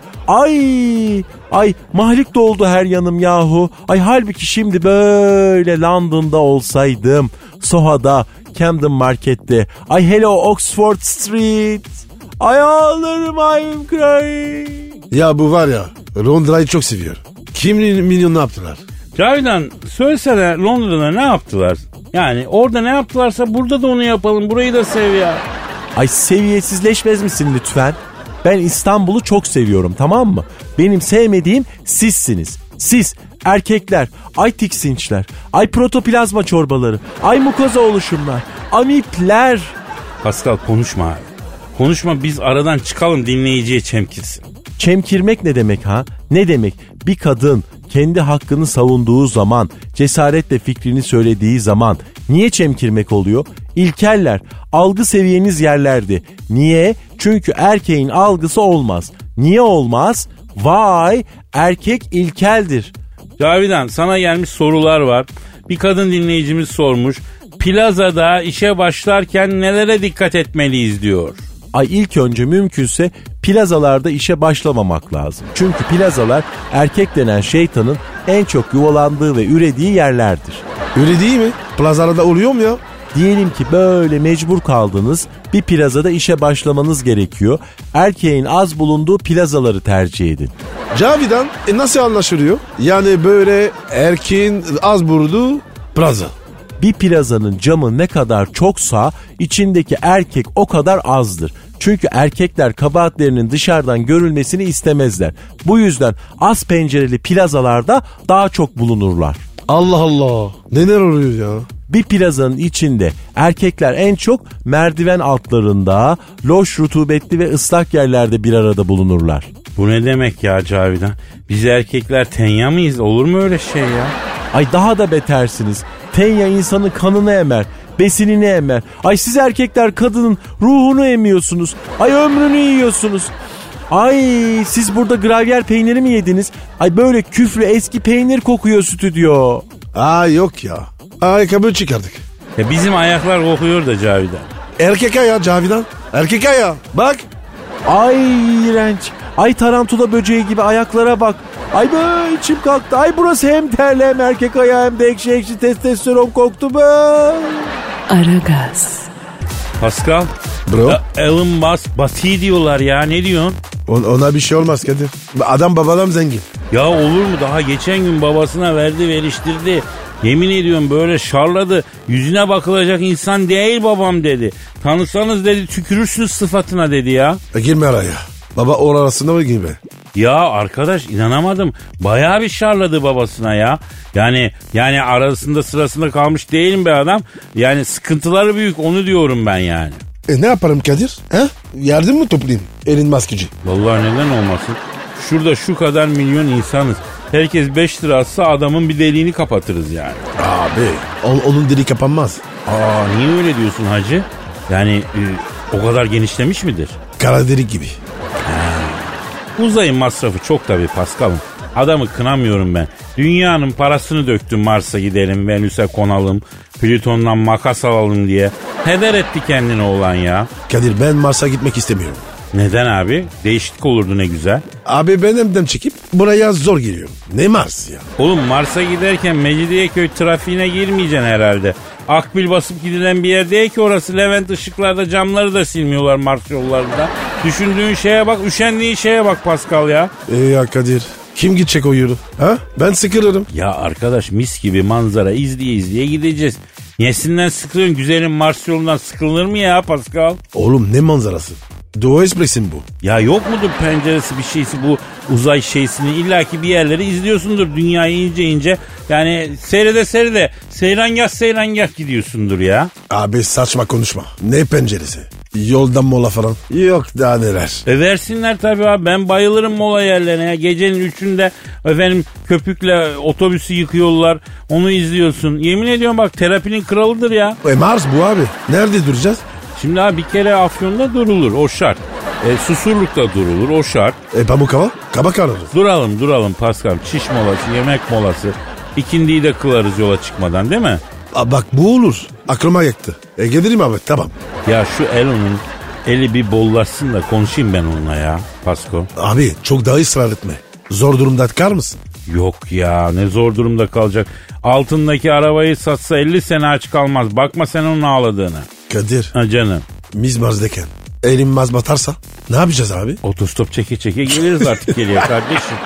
Ay mahlik doldu her yanım yahu. Ay halbuki şimdi böyle London'da olsaydım. Soha'da, Camden Market'te. Ay hello Oxford Street. Ay ağlarım I'm crying. Ya bu var ya Londra'yı çok seviyor. Kim milyon ne yaptılar? Cavidan söylesene Londra'da ne yaptılar? Yani orada ne yaptılarsa burada da onu yapalım. Burayı da sev ya. Ay seviyesizleşmez misin lütfen? Ben İstanbul'u çok seviyorum, tamam mı? Benim sevmediğim sizsiniz. Siz erkekler, ay tiksinçler, ay protoplazma çorbaları, ay mukoza oluşumlar, amipler. Pascal konuşma abi. Konuşma, biz aradan çıkalım, dinleyiciye çemkirsin. Çemkirmek ne demek ha? Ne demek? Bir kadın kendi hakkını savunduğu zaman, cesaretle fikrini söylediği zaman niye çemkirmek oluyor? İlkeller, algı seviyeniz yerlerdi. Niye? Çünkü erkeğin algısı olmaz. Niye olmaz? Vay, erkek ilkeldir. Cavidan, sana gelmiş sorular var. Bir kadın dinleyicimiz sormuş. Plazada işe başlarken nelere dikkat etmeliyiz diyor. Ay ilk önce mümkünse plazalarda işe başlamamak lazım. Çünkü plazalar erkek denen şeytanın en çok yuvalandığı ve ürediği yerlerdir. Öyle değil mi? Plazalarda oluyor mu ya? Diyelim ki böyle mecbur kaldınız, bir plazada işe başlamanız gerekiyor. Erkeğin az bulunduğu plazaları tercih edin. Cavidan nasıl anlaşılıyor? Yani böyle erkeğin az bulunduğu plaza. Bir plazanın camı ne kadar çoksa içindeki erkek o kadar azdır. Çünkü erkekler kabahatlerinin dışarıdan görülmesini istemezler. Bu yüzden az pencereli plazalarda daha çok bulunurlar. Allah Allah. Neler oluyor ya? Bir plazanın içinde erkekler en çok merdiven altlarında, loş, rutubetli ve ıslak yerlerde bir arada bulunurlar. Bu ne demek ya Cavidan? Biz erkekler tenya mıyız? Olur mu öyle şey ya? Ay daha da betersiniz. Tenya insanın kanını emer, besinini emer. Ay siz erkekler kadının ruhunu emiyorsunuz. Ay ömrünü yiyorsunuz. Ay siz burada gravyer peyniri mi yediniz? Ay böyle küflü eski peynir kokuyor stüdyo. Aa yok ya. Ayakkabı çıkardık. Ya bizim ayaklar kokuyor da Cavidan. Erkek ayağı Cavidan. Erkek ayağı. Bak. Ay iğrenç. Ay tarantula böceği gibi ayaklara bak. Ay be içim kalktı. Ay burası hem terli hem erkek ayağı hem de ekşi ekşi testosteron koktu be. Aragaz. Pascal. Bro. Elon Musk Bati diyorlar ya, ne diyorsun? Ona bir şey olmaz Kadir. Adam babadan zengin. Ya olur mu, daha geçen gün babasına verdi veriştirdi. Yemin ediyorum böyle şarladı. Yüzüne bakılacak insan değil babam dedi. Tanısanız dedi tükürürsünüz sıfatına dedi ya. Girme araya. Baba or arasında mı girme? Ya arkadaş inanamadım. Bayağı bir şarladı babasına ya. Yani arasında sırasında kalmış değilim be adam. Yani sıkıntıları büyük, onu diyorum ben yani. Ne yaparım Kadir? He? Yardım mı toplayayım? Elin maskeci. Vallahi neden olmasın? Şurada şu kadar milyon insanız. Herkes 5 lira atsa adamın bir deliğini kapatırız yani. Abi. Onun dili kapanmaz. Niye öyle diyorsun hacı? Yani o kadar genişlemiş midir? Kara delik gibi. Uzayın masrafı çok tabii Paskal'ım. Adamı kınamıyorum ben. Dünyanın parasını döktüm Mars'a gidelim, Venüs'e konalım, Plüton'dan makas alalım diye. Heder etti kendini oğlan ya. Kadir ben Mars'a gitmek istemiyorum. Neden abi? Değişiklik olurdu ne güzel. Abi ben evden çekip buraya zor giriyorum. Ne Mars ya? Oğlum Mars'a giderken Mecidiyeköy trafiğine girmeyeceksin herhalde. Akbil basıp gidilen bir yer değil ki orası. Levent ışıklarda camları da silmiyorlar Mars yollarında. Düşündüğün şeye bak, üşendiğin şeye bak Pascal ya. Ya Kadir kim gidecek o yolu? Ha? Ben sıkılırım. Ya arkadaş mis gibi manzara izleye izleye gideceğiz. Nesinden sıkılıyorsun? Güzelim Mars yolundan sıkılır mı ya Pascal? Oğlum ne manzarası? Doğu Ekspresi mi bu? Ya yok mudur penceresi bir şeysi bu uzay şeysini, illaki bir yerleri izliyorsundur dünyayı ince ince. Yani seyrede seyrangah gidiyorsundur ya. Abi saçma konuşma. Ne penceresi? Yoldan mola falan. Yok daha neler. Versinler tabii abi, ben bayılırım mola yerlerine ya. Gecenin 3'ünde efendim köpükle otobüsü yıkıyorlar, onu izliyorsun. Yemin ediyorum bak terapinin kralıdır ya. Mars bu abi. Nerede duracağız? Şimdi abi bir kere Afyon'da durulur, o şart. Susurluk'ta durulur, o şart. Pamukkale? Kabak ararız. Duralım Pascal. Çiş molası, yemek molası. İkindiyi de kılarız yola çıkmadan değil mi? Bak bu olur. Aklıma yaktı. Gelirim abi tamam. Ya şu Elon'un eli bir bollaşsın da konuşayım ben onunla ya Pasko. Abi çok daha ısrar etme. Zor durumda kar mısın? Yok ya, ne zor durumda kalacak. Altındaki arabayı satsa 50 sene aç kalmaz. Bakma sen onun ağladığına. Kadir. Ha canım. Biz Mars'dayken elim Mars batarsa ne yapacağız abi? Otostop çeke geliriz artık geriye kardeşim.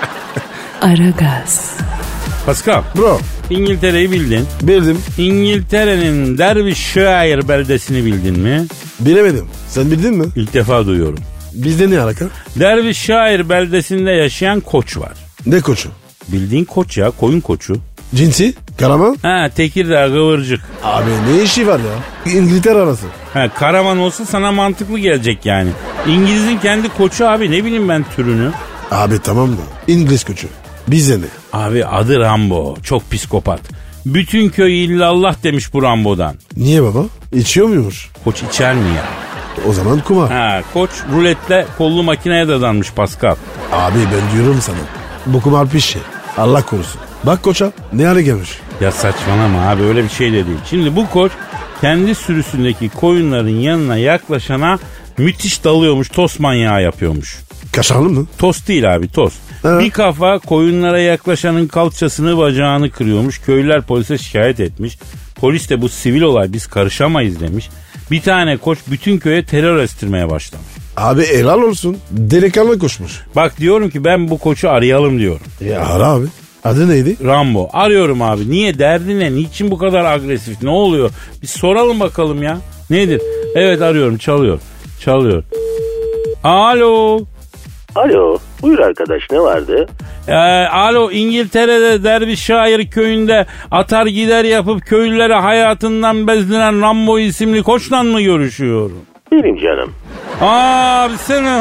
Aragaz. Pascal. Bro. İngiltere'yi bildin. Bildim. İngiltere'nin Derbyshire beldesini bildin mi? Bilemedim. Sen bildin mi? İlk defa duyuyorum. Bizde ne alaka? Derbyshire beldesinde yaşayan koç var. Ne koçu? Bildiğin koç ya, koyun koçu. Cinsi? Karaman? Ha, Tekirdağ kıvırcık. Abi ne işi var ya? İngiltere arası. Ha, karavan olsa sana mantıklı gelecek yani. İngiliz'in kendi koçu abi, ne bileyim ben türünü. Abi tamam da İngiliz koçu. Bize ne? Abi adı Rambo, çok psikopat. Bütün köy illallah demiş bu Rambo'dan. Niye baba? İçiyor muymuş? Koç içer mi ya? O zaman kumar. Ha, koç ruletle kollu makineye dadanmış Pascal. Abi ben diyorum sana. Bu kumar pis şey. Allah korusun. Bak koça ne hale gelmiş. Ya saçmalama abi, öyle bir şey de değil. Şimdi bu koç kendi sürüsündeki koyunların yanına yaklaşana müthiş dalıyormuş, tost manyağı yapıyormuş. Kaşarlı mı? Tost değil abi, tost. Ha. Bir kafa koyunlara yaklaşanın kalçasını bacağını kırıyormuş. Köylüler polise şikayet etmiş. Polis de bu sivil olay, biz karışamayız demiş. Bir tane koç bütün köye terör estirmeye başlamış. Abi helal olsun. Delikanlı koşmuş. Bak diyorum ki ben bu koçu arayalım diyorum. Ya ara abi. Adı neydi? Rambo. Arıyorum abi. Niye, derdi ne? Niçin bu kadar agresif? Ne oluyor? Bir soralım bakalım ya. Nedir? Evet arıyorum, çalıyor. Alo. Alo. Buyur arkadaş, ne vardı? Alo, İngiltere'de Derbyshire köyünde atar gider yapıp köylülere hayatından bezdiren Rambo isimli koçla mı görüşüyorum? Benim canım. Abi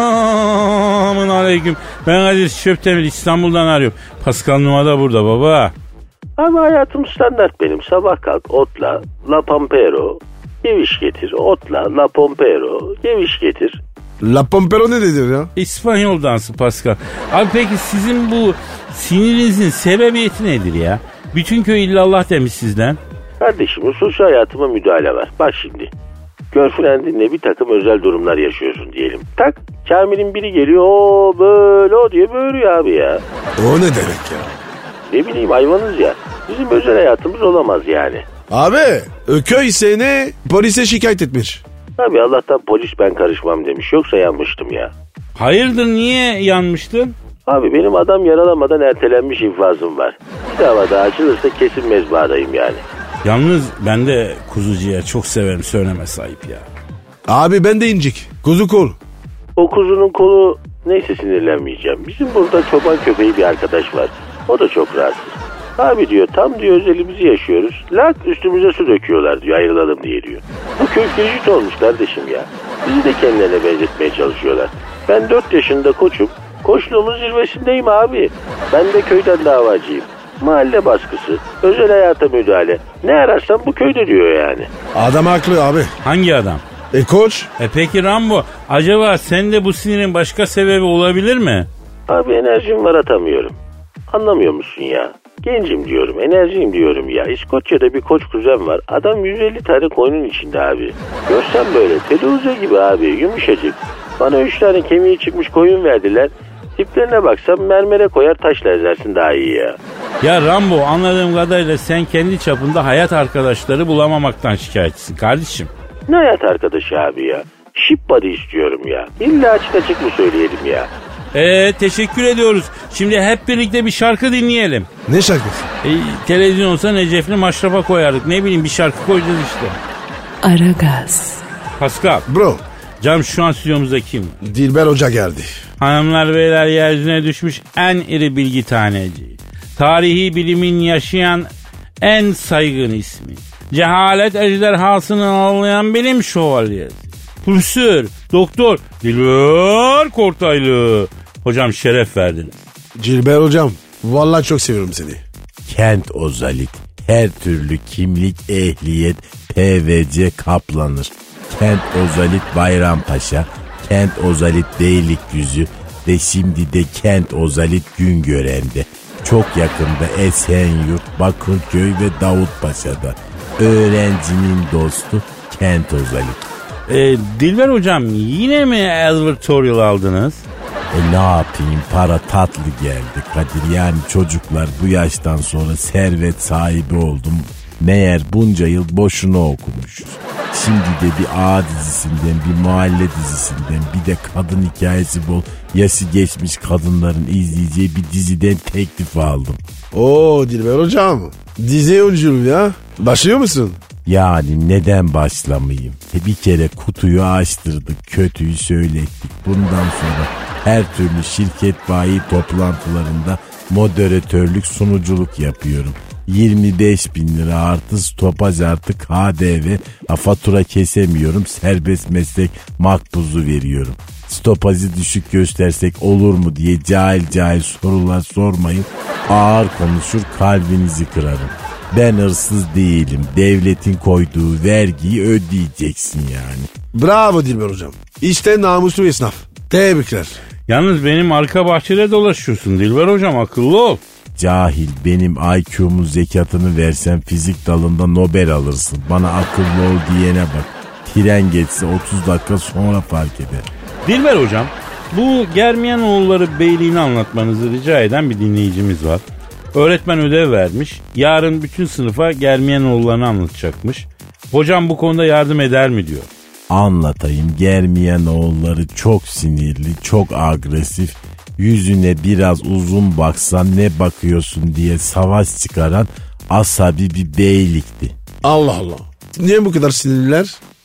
selamun aleyküm. Ben Kadir Şöptemir, İstanbul'dan arıyorum. Pascal Numa da burada baba. Abi hayatım standart benim. Sabah kalk, otla, la pampero, geviş getir. Otla, la pampero, geviş getir. La Pompero ne dedir ya? İspanyol dansı Pascal. Abi peki sizin bu sinirinizin sebebiyeti nedir ya? Bütün köy illallah demiş sizden. Kardeşim, hususi hayatıma müdahale var. Bak şimdi. Girlfriendinle bir takım özel durumlar yaşıyorsun diyelim. Tak, Kamil'in biri geliyor, o böyle o diye böğürüyor abi ya. O ne demek ya? Ne bileyim, hayvanız ya. Bizim özel hayatımız olamaz yani. Abi köy seni polise şikayet etmiş. Abi Allah'tan polis ben karışmam demiş. Yoksa yanmıştım ya. Hayırdır, niye yanmıştın? Abi benim adam yaralamadan ertelenmiş infazım var. Bir dava daha açılırsa kesin mezbahadayım yani. Yalnız ben de kuzucuya çok severim, söyleme sahip ya. Abi ben de incik. Kuzu kol. O kuzunun kolu, neyse sinirlenmeyeceğim. Bizim burada çoban köpeği bir arkadaş var. O da çok rahatsız. Abi diyor, tam diyor özelimizi yaşıyoruz. Lak üstümüze su döküyorlar diyor, ayrılalım diye diyor. Bu köy fricit olmuş kardeşim ya. Bizi de kendilerine benzetmeye çalışıyorlar. Ben 4 yaşında koçum. Koçluğumun zirvesindeyim abi. Ben de köyden davacıyım. Mahalle baskısı, özel hayata müdahale. Ne ararsan bu köyde diyor yani. Adam haklı abi. Hangi adam? Koç. Peki Rambo, acaba sende bu sinirin başka sebebi olabilir mi? Abi enerjim var, atamıyorum. Anlamıyor musun ya? Gencim diyorum, enerjiyim diyorum ya. İskoçya'da bir koç kuzen var. Adam 150 tane koyunun içinde abi. Görsen böyle teluze gibi abi, yumuşacık. Bana 3 tane kemiği çıkmış koyun verdiler. Tiplerine baksam mermere koyar taşla ezersin daha iyi ya. Ya Rambo, anladığım kadarıyla sen kendi çapında hayat arkadaşları bulamamaktan şikayetçisin kardeşim. Ne hayat arkadaşı abi ya? Ship body istiyorum ya. İlla açık açık mı söyleyelim ya? Teşekkür ediyoruz. Şimdi hep birlikte bir şarkı dinleyelim. Ne şarkısı? Televizyon olsa Necef'li Maşraf'a koyardık. Ne bileyim, bir şarkı koyacağız işte. Aragaz. Pascal. Bro. Canım, şu an stüdyomuzda kim? Dilber Hoca geldi. Hanımlar beyler, yeryüzüne düşmüş en iri bilgi taneci. Tarihi bilimin yaşayan en saygın ismi. Cehalet ejderhasını ağlayan bilim şövalyesi. Profesör, Doktor Dilber Kortaylı. Hocam şeref verdiniz. Dilber hocam, vallahi çok seviyorum seni. Kent ozalit, her türlü kimlik, ehliyet, PVC kaplanır. Kent ozalit Bayrampaşa, Kent ozalit Beylikdüzü ve şimdi de Kent ozalit Güngören'de. Çok yakında Esenyurt, Bakırköy ve Davutpaşa'da. Öğrencinin dostu Kent ozalit. Dilber hocam, yine mi advertorial aldınız? Ne yapayım, para tatlı geldi Kadir. Yani çocuklar, bu yaştan sonra servet sahibi oldum. Meğer bunca yıl boşuna okumuşuz. Şimdi de bir A dizisinden, bir mahalle dizisinden, bir de kadın hikayesi bol, yaşı geçmiş kadınların izleyeceği bir diziden teklif aldım. Oo Dilber hocam, dizi oyunculuğu ya. Başlıyor musun? Yani neden başlamayayım? Bir kere kutuyu açtırdık, kötüyü söylettik. Bundan sonra her türlü şirket bayi toplantılarında moderatörlük, sunuculuk yapıyorum. 25.000 lira artı stopaj artı KDV, fatura kesemiyorum, serbest meslek makbuzu veriyorum. Stopajı düşük göstersek olur mu diye cahil sorular sormayın. Ağır konuşur, kalbinizi kırarım. Ben hırsız değilim. Devletin koyduğu vergiyi ödeyeceksin yani. Bravo Dilber hocam. İşte namuslu esnaf. Tebrikler. Yalnız benim arka bahçede dolaşıyorsun Dilber hocam, akıllı ol. Cahil, benim IQ'mun zekatını versen fizik dalında Nobel alırsın. Bana akıllı ol diyene bak. Tren geçse 30 dakika sonra fark eder. Dilber hocam, bu Germiyanoğulları Beyliğini anlatmanızı rica eden bir dinleyicimiz var. Öğretmen ödev vermiş. Yarın bütün sınıfa Germiyanoğullarını anlatacakmış. Hocam bu konuda yardım eder mi diyor. Anlatayım. Germiyanoğulları çok sinirli, çok agresif. Yüzüne biraz uzun baksan ne bakıyorsun diye savaş çıkaran asabi bir beylikti. Allah Allah. Niye bu kadar sinirliler?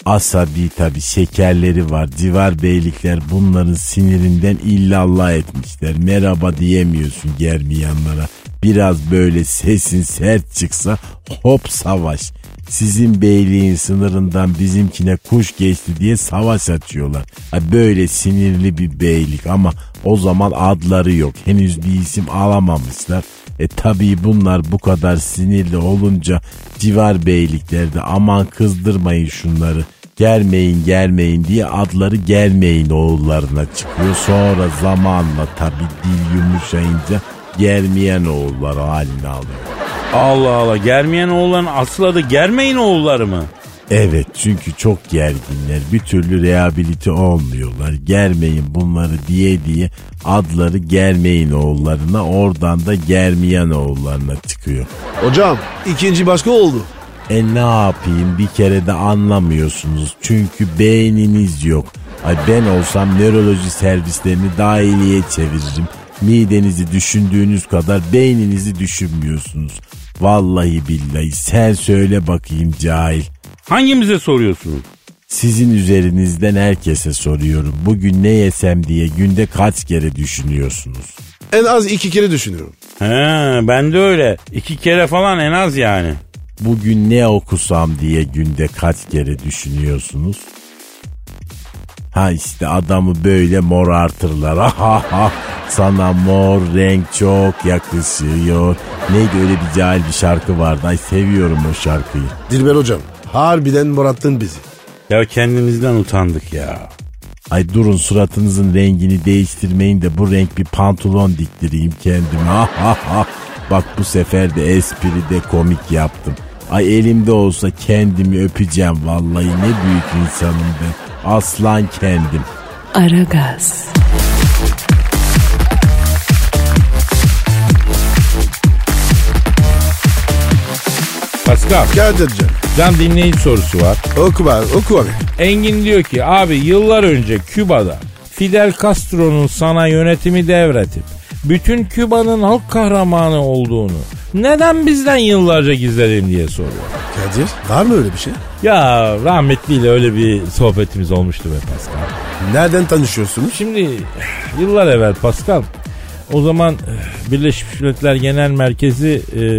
Asabi tabi, şekerleri var. Civar beylikler bunların sinirinden illallah etmişler. Merhaba diyemiyorsun germiyanlara. Biraz böyle sesin sert çıksa hop savaş. Sizin beyliğin sınırından bizimkine kuş geçti diye savaş açıyorlar. Böyle sinirli bir beylik ama o zaman adları yok. Henüz bir isim alamamışlar. Tabii bunlar bu kadar sinirli olunca civar beyliklerde aman kızdırmayın şunları, gelmeyin diye adları gelmeyin oğullarına çıkıyor. Sonra zamanla tabii dil yumuşayınca Germiyan oğulları haline alıyor. Allah Allah, Germiyan oğulların asıl adı Germeyin oğulları mı? Evet, çünkü çok gerginler, bir türlü rehabilite olmuyorlar. Germeyin bunları diye adları Germeyin oğullarına, oradan da Germiyan oğullarına çıkıyor. Hocam ikinci başka oldu. Ne yapayım, bir kere de anlamıyorsunuz çünkü beyniniz yok. Ben olsam nöroloji servislerini dahiliye çeviririm. Midenizi düşündüğünüz kadar beyninizi düşünmüyorsunuz. Vallahi billahi, sen söyle bakayım cahil. Hangimize soruyorsunuz? Sizin üzerinizden herkese soruyorum. Bugün ne yesem diye günde kaç kere düşünüyorsunuz? En az 2 kere düşünüyorum. Ben de öyle. 2 kere falan en az yani. Bugün ne okusam diye günde kaç kere düşünüyorsunuz? İşte adamı böyle morartırlar. Sana mor renk çok yakışıyor. Neydi, öyle bir cahil bir şarkı vardı. Seviyorum o şarkıyı. Dilber hocam, harbiden morattın bizi. Ya kendimizden utandık ya. Durun, suratınızın rengini değiştirmeyin de bu renk bir pantolon diktireyim kendime. Bak bu sefer de espri de komik yaptım. Elimde olsa kendimi öpeceğim vallahi, ne büyük insanım ben. Aslan kendim. Aragaz. Pascal, Kadir'cim. can dinleyici sorusu var. Oku abi. Engin diyor ki abi, yıllar önce Küba'da Fidel Castro'nun sana yönetimi devretip bütün Küba'nın halk kahramanı olduğunu neden bizden yıllarca gizledin diye soruyor. Kadir, var mı öyle bir şey? Ya rahmetliyle öyle bir sohbetimiz olmuştu be Pascal. Nereden tanışıyorsunuz? Şimdi yıllar evvel Pascal, o zaman Birleşmiş Milletler Genel Merkezi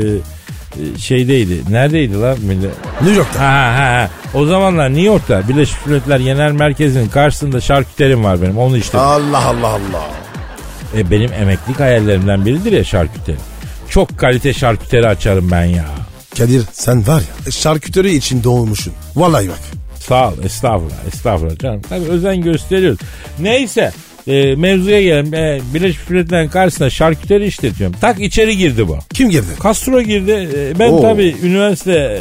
şeydeydi. Neredeydi lan? New York'ta. O zamanlar New York'ta Birleşmiş Milletler Genel Merkezi'nin karşısında şarküterim var benim. Onu işte. Allah. Benim emeklilik hayallerimden biridir ya şarküteri. Çok kalite şarküteri açarım ben ya. Kadir, sen var ya şarküteri için doğmuşsun. Vallahi bak. Sağ ol, estağfurullah canım. Tabii özen gösteriyoruz. Neyse, mevzuya gelelim. Birleşmiş Milletler'in karşısında şarküteri işletiyorum. Tak içeri girdi bu. Kim girdi? Castro girdi. Ben tabii üniversite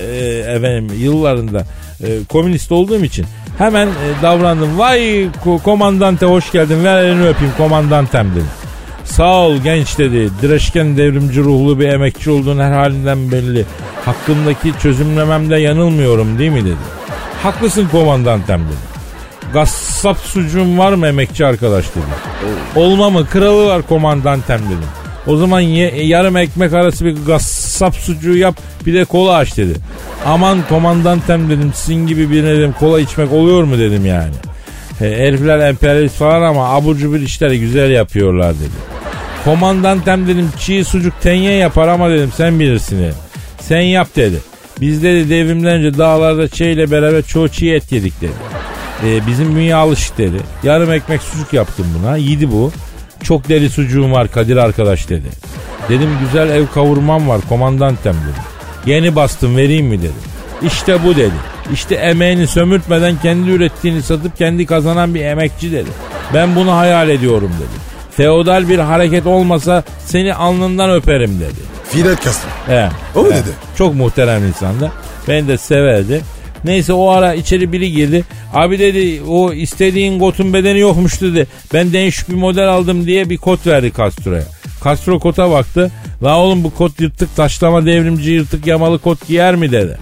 yıllarında komünist olduğum için hemen davrandım. Vay komandante, hoş geldin, ver elini öpeyim komandantem dedim. Sağ ol genç dedi. Direşken devrimci ruhlu bir emekçi olduğun her halinden belli. Hakkındaki çözümlememde yanılmıyorum değil mi dedi. Haklısın komandantem dedi. Gassap sucuğun var mı emekçi arkadaş dedi. Olma mı, kralı var komandantem dedim. O zaman yarım ekmek arası bir gassap sucuğu yap, bir de kola aç dedi. Aman komandantem dedim, sizin gibi birine dedim kola içmek oluyor mu dedim yani. Herifler emperyalist falan ama abur cubur işleri güzel yapıyorlar dedi. Komandantem dedim, çiğ sucuk tenye yapar ama dedim sen bilirsin dedim. Sen yap dedi. Biz dedi devrimden önce dağlarda çiğle beraber çoğu çiğ et yedik dedi. Bizim bünye alışık dedi. Yarım ekmek sucuk yaptım buna, yedi bu. Çok deli sucuğum var Kadir arkadaş dedi. Dedim güzel ev kavurmam var komandantem dedim. Yeni bastım, vereyim mi dedim. İşte bu dedi. İşte emeğini sömürtmeden kendi ürettiğini satıp kendi kazanan bir emekçi dedi. Ben bunu hayal ediyorum dedi. Feodal bir hareket olmasa seni alnından öperim dedi. Fidel Castro. O mu dedi? Çok muhterem insandı. Beni de severdi. Neyse o ara içeri biri girdi. Abi dedi, o istediğin kotun bedeni yokmuş dedi. Ben değişik bir model aldım diye bir kot verdi Castro'ya. Castro kota baktı. La oğlum bu kot yırtık, taşlama devrimci yırtık yamalı kot giyer mi dedi.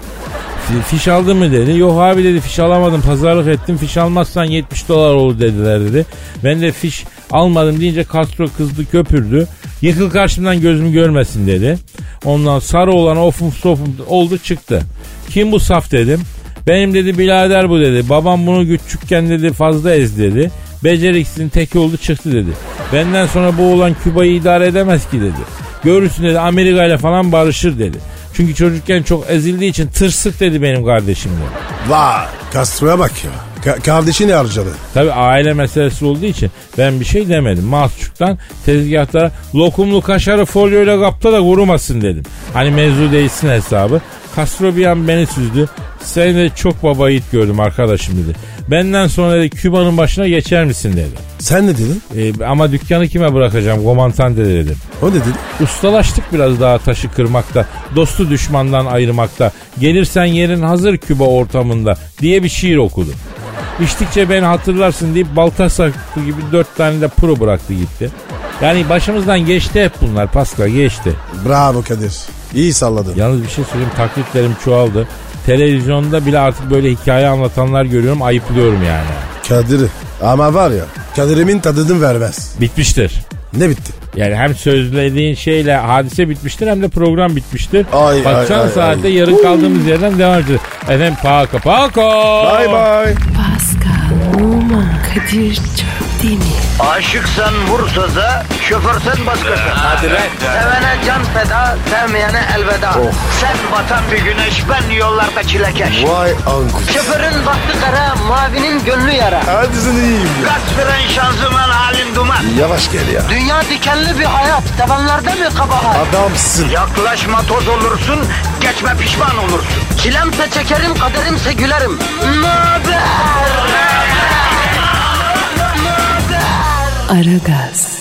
Fiş aldın mı dedi. Yok abi dedi, fiş alamadım, pazarlık ettim, fiş almazsan $70 olur dediler dedi. Ben de fiş almadım deyince Castro kızdı, köpürdü. Yıkıl karşımdan, gözümü görmesin dedi. Ondan sarı olan ofum sofum oldu çıktı. Kim bu saf dedim. Benim dedi birader bu dedi. Babam bunu küçükken dedi fazla ez dedi. Beceriksizin teki oldu çıktı dedi. Benden sonra bu oğlan Küba'yı idare edemez ki dedi. Görürsün dedi Amerika ile falan barışır dedi. Çünkü çocukken çok ezildiği için tırsık dedi benim kardeşim dedi. Vay Castro'ya bak ya. Kardeşi ne harcadı? Tabii aile meselesi olduğu için ben bir şey demedim. Mahsusçuktan tezgahta lokumlu kaşarı folyoyla kapta da kurumasın dedim. Hani mevzu değilsin hesabı. Castro bir an beni süzdü. Seni de çok baba yiğit gördüm arkadaşım dedi. Benden sonra dedi Küba'nın başına geçer misin dedi. Sen ne dedin? Ama dükkanı kime bırakacağım komandante dedim. O ne dedi? Ustalaştık biraz daha taşı kırmakta, dostu düşmandan ayırmakta. Gelirsen yerin hazır Küba ortamında diye bir şiir okudu. İçtikçe beni hatırlarsın deyip balta saklı gibi 4 tane de pro bıraktı gitti. Yani başımızdan geçti hep bunlar Pascal geçti. Bravo Kadir. İyi salladın. Yalnız bir şey söyleyeyim taklitlerim çoğaldı. Televizyonda bile artık böyle hikaye anlatanlar görüyorum ayıplıyorum yani. Kadir ama var ya Kadir'imin tadını vermez. Bitmiştir. Ne bitti? Yani hem sözlediğin şeyle hadise bitmiştir hem de program bitmiştir. Baksana saatte yarın kaldığımız yerden devam edeceğiz. Efendim paka. Bye bye. Pascal, Oman, Kadir çok değil mi? Aşıksan vursa da, şoförsen başkasın. Hadi lan. Sevene can feda, sevmeyene elveda. Sen batan bir güneş, ben yollarda çilekeş. Vay anku. Şoförün baktı kara, mavinin gönlü yara. Hadi sen iyiyim ya. Kasperen şanzıman halin duman. Yavaş gel ya. Dünya dikenli bir hayat, sevenlerde mi kabahar? Adamsın. Yaklaşma toz olursun, geçme pişman olursun. Çilemse çekerim, kaderimse gülerim. Möber! Aragaz.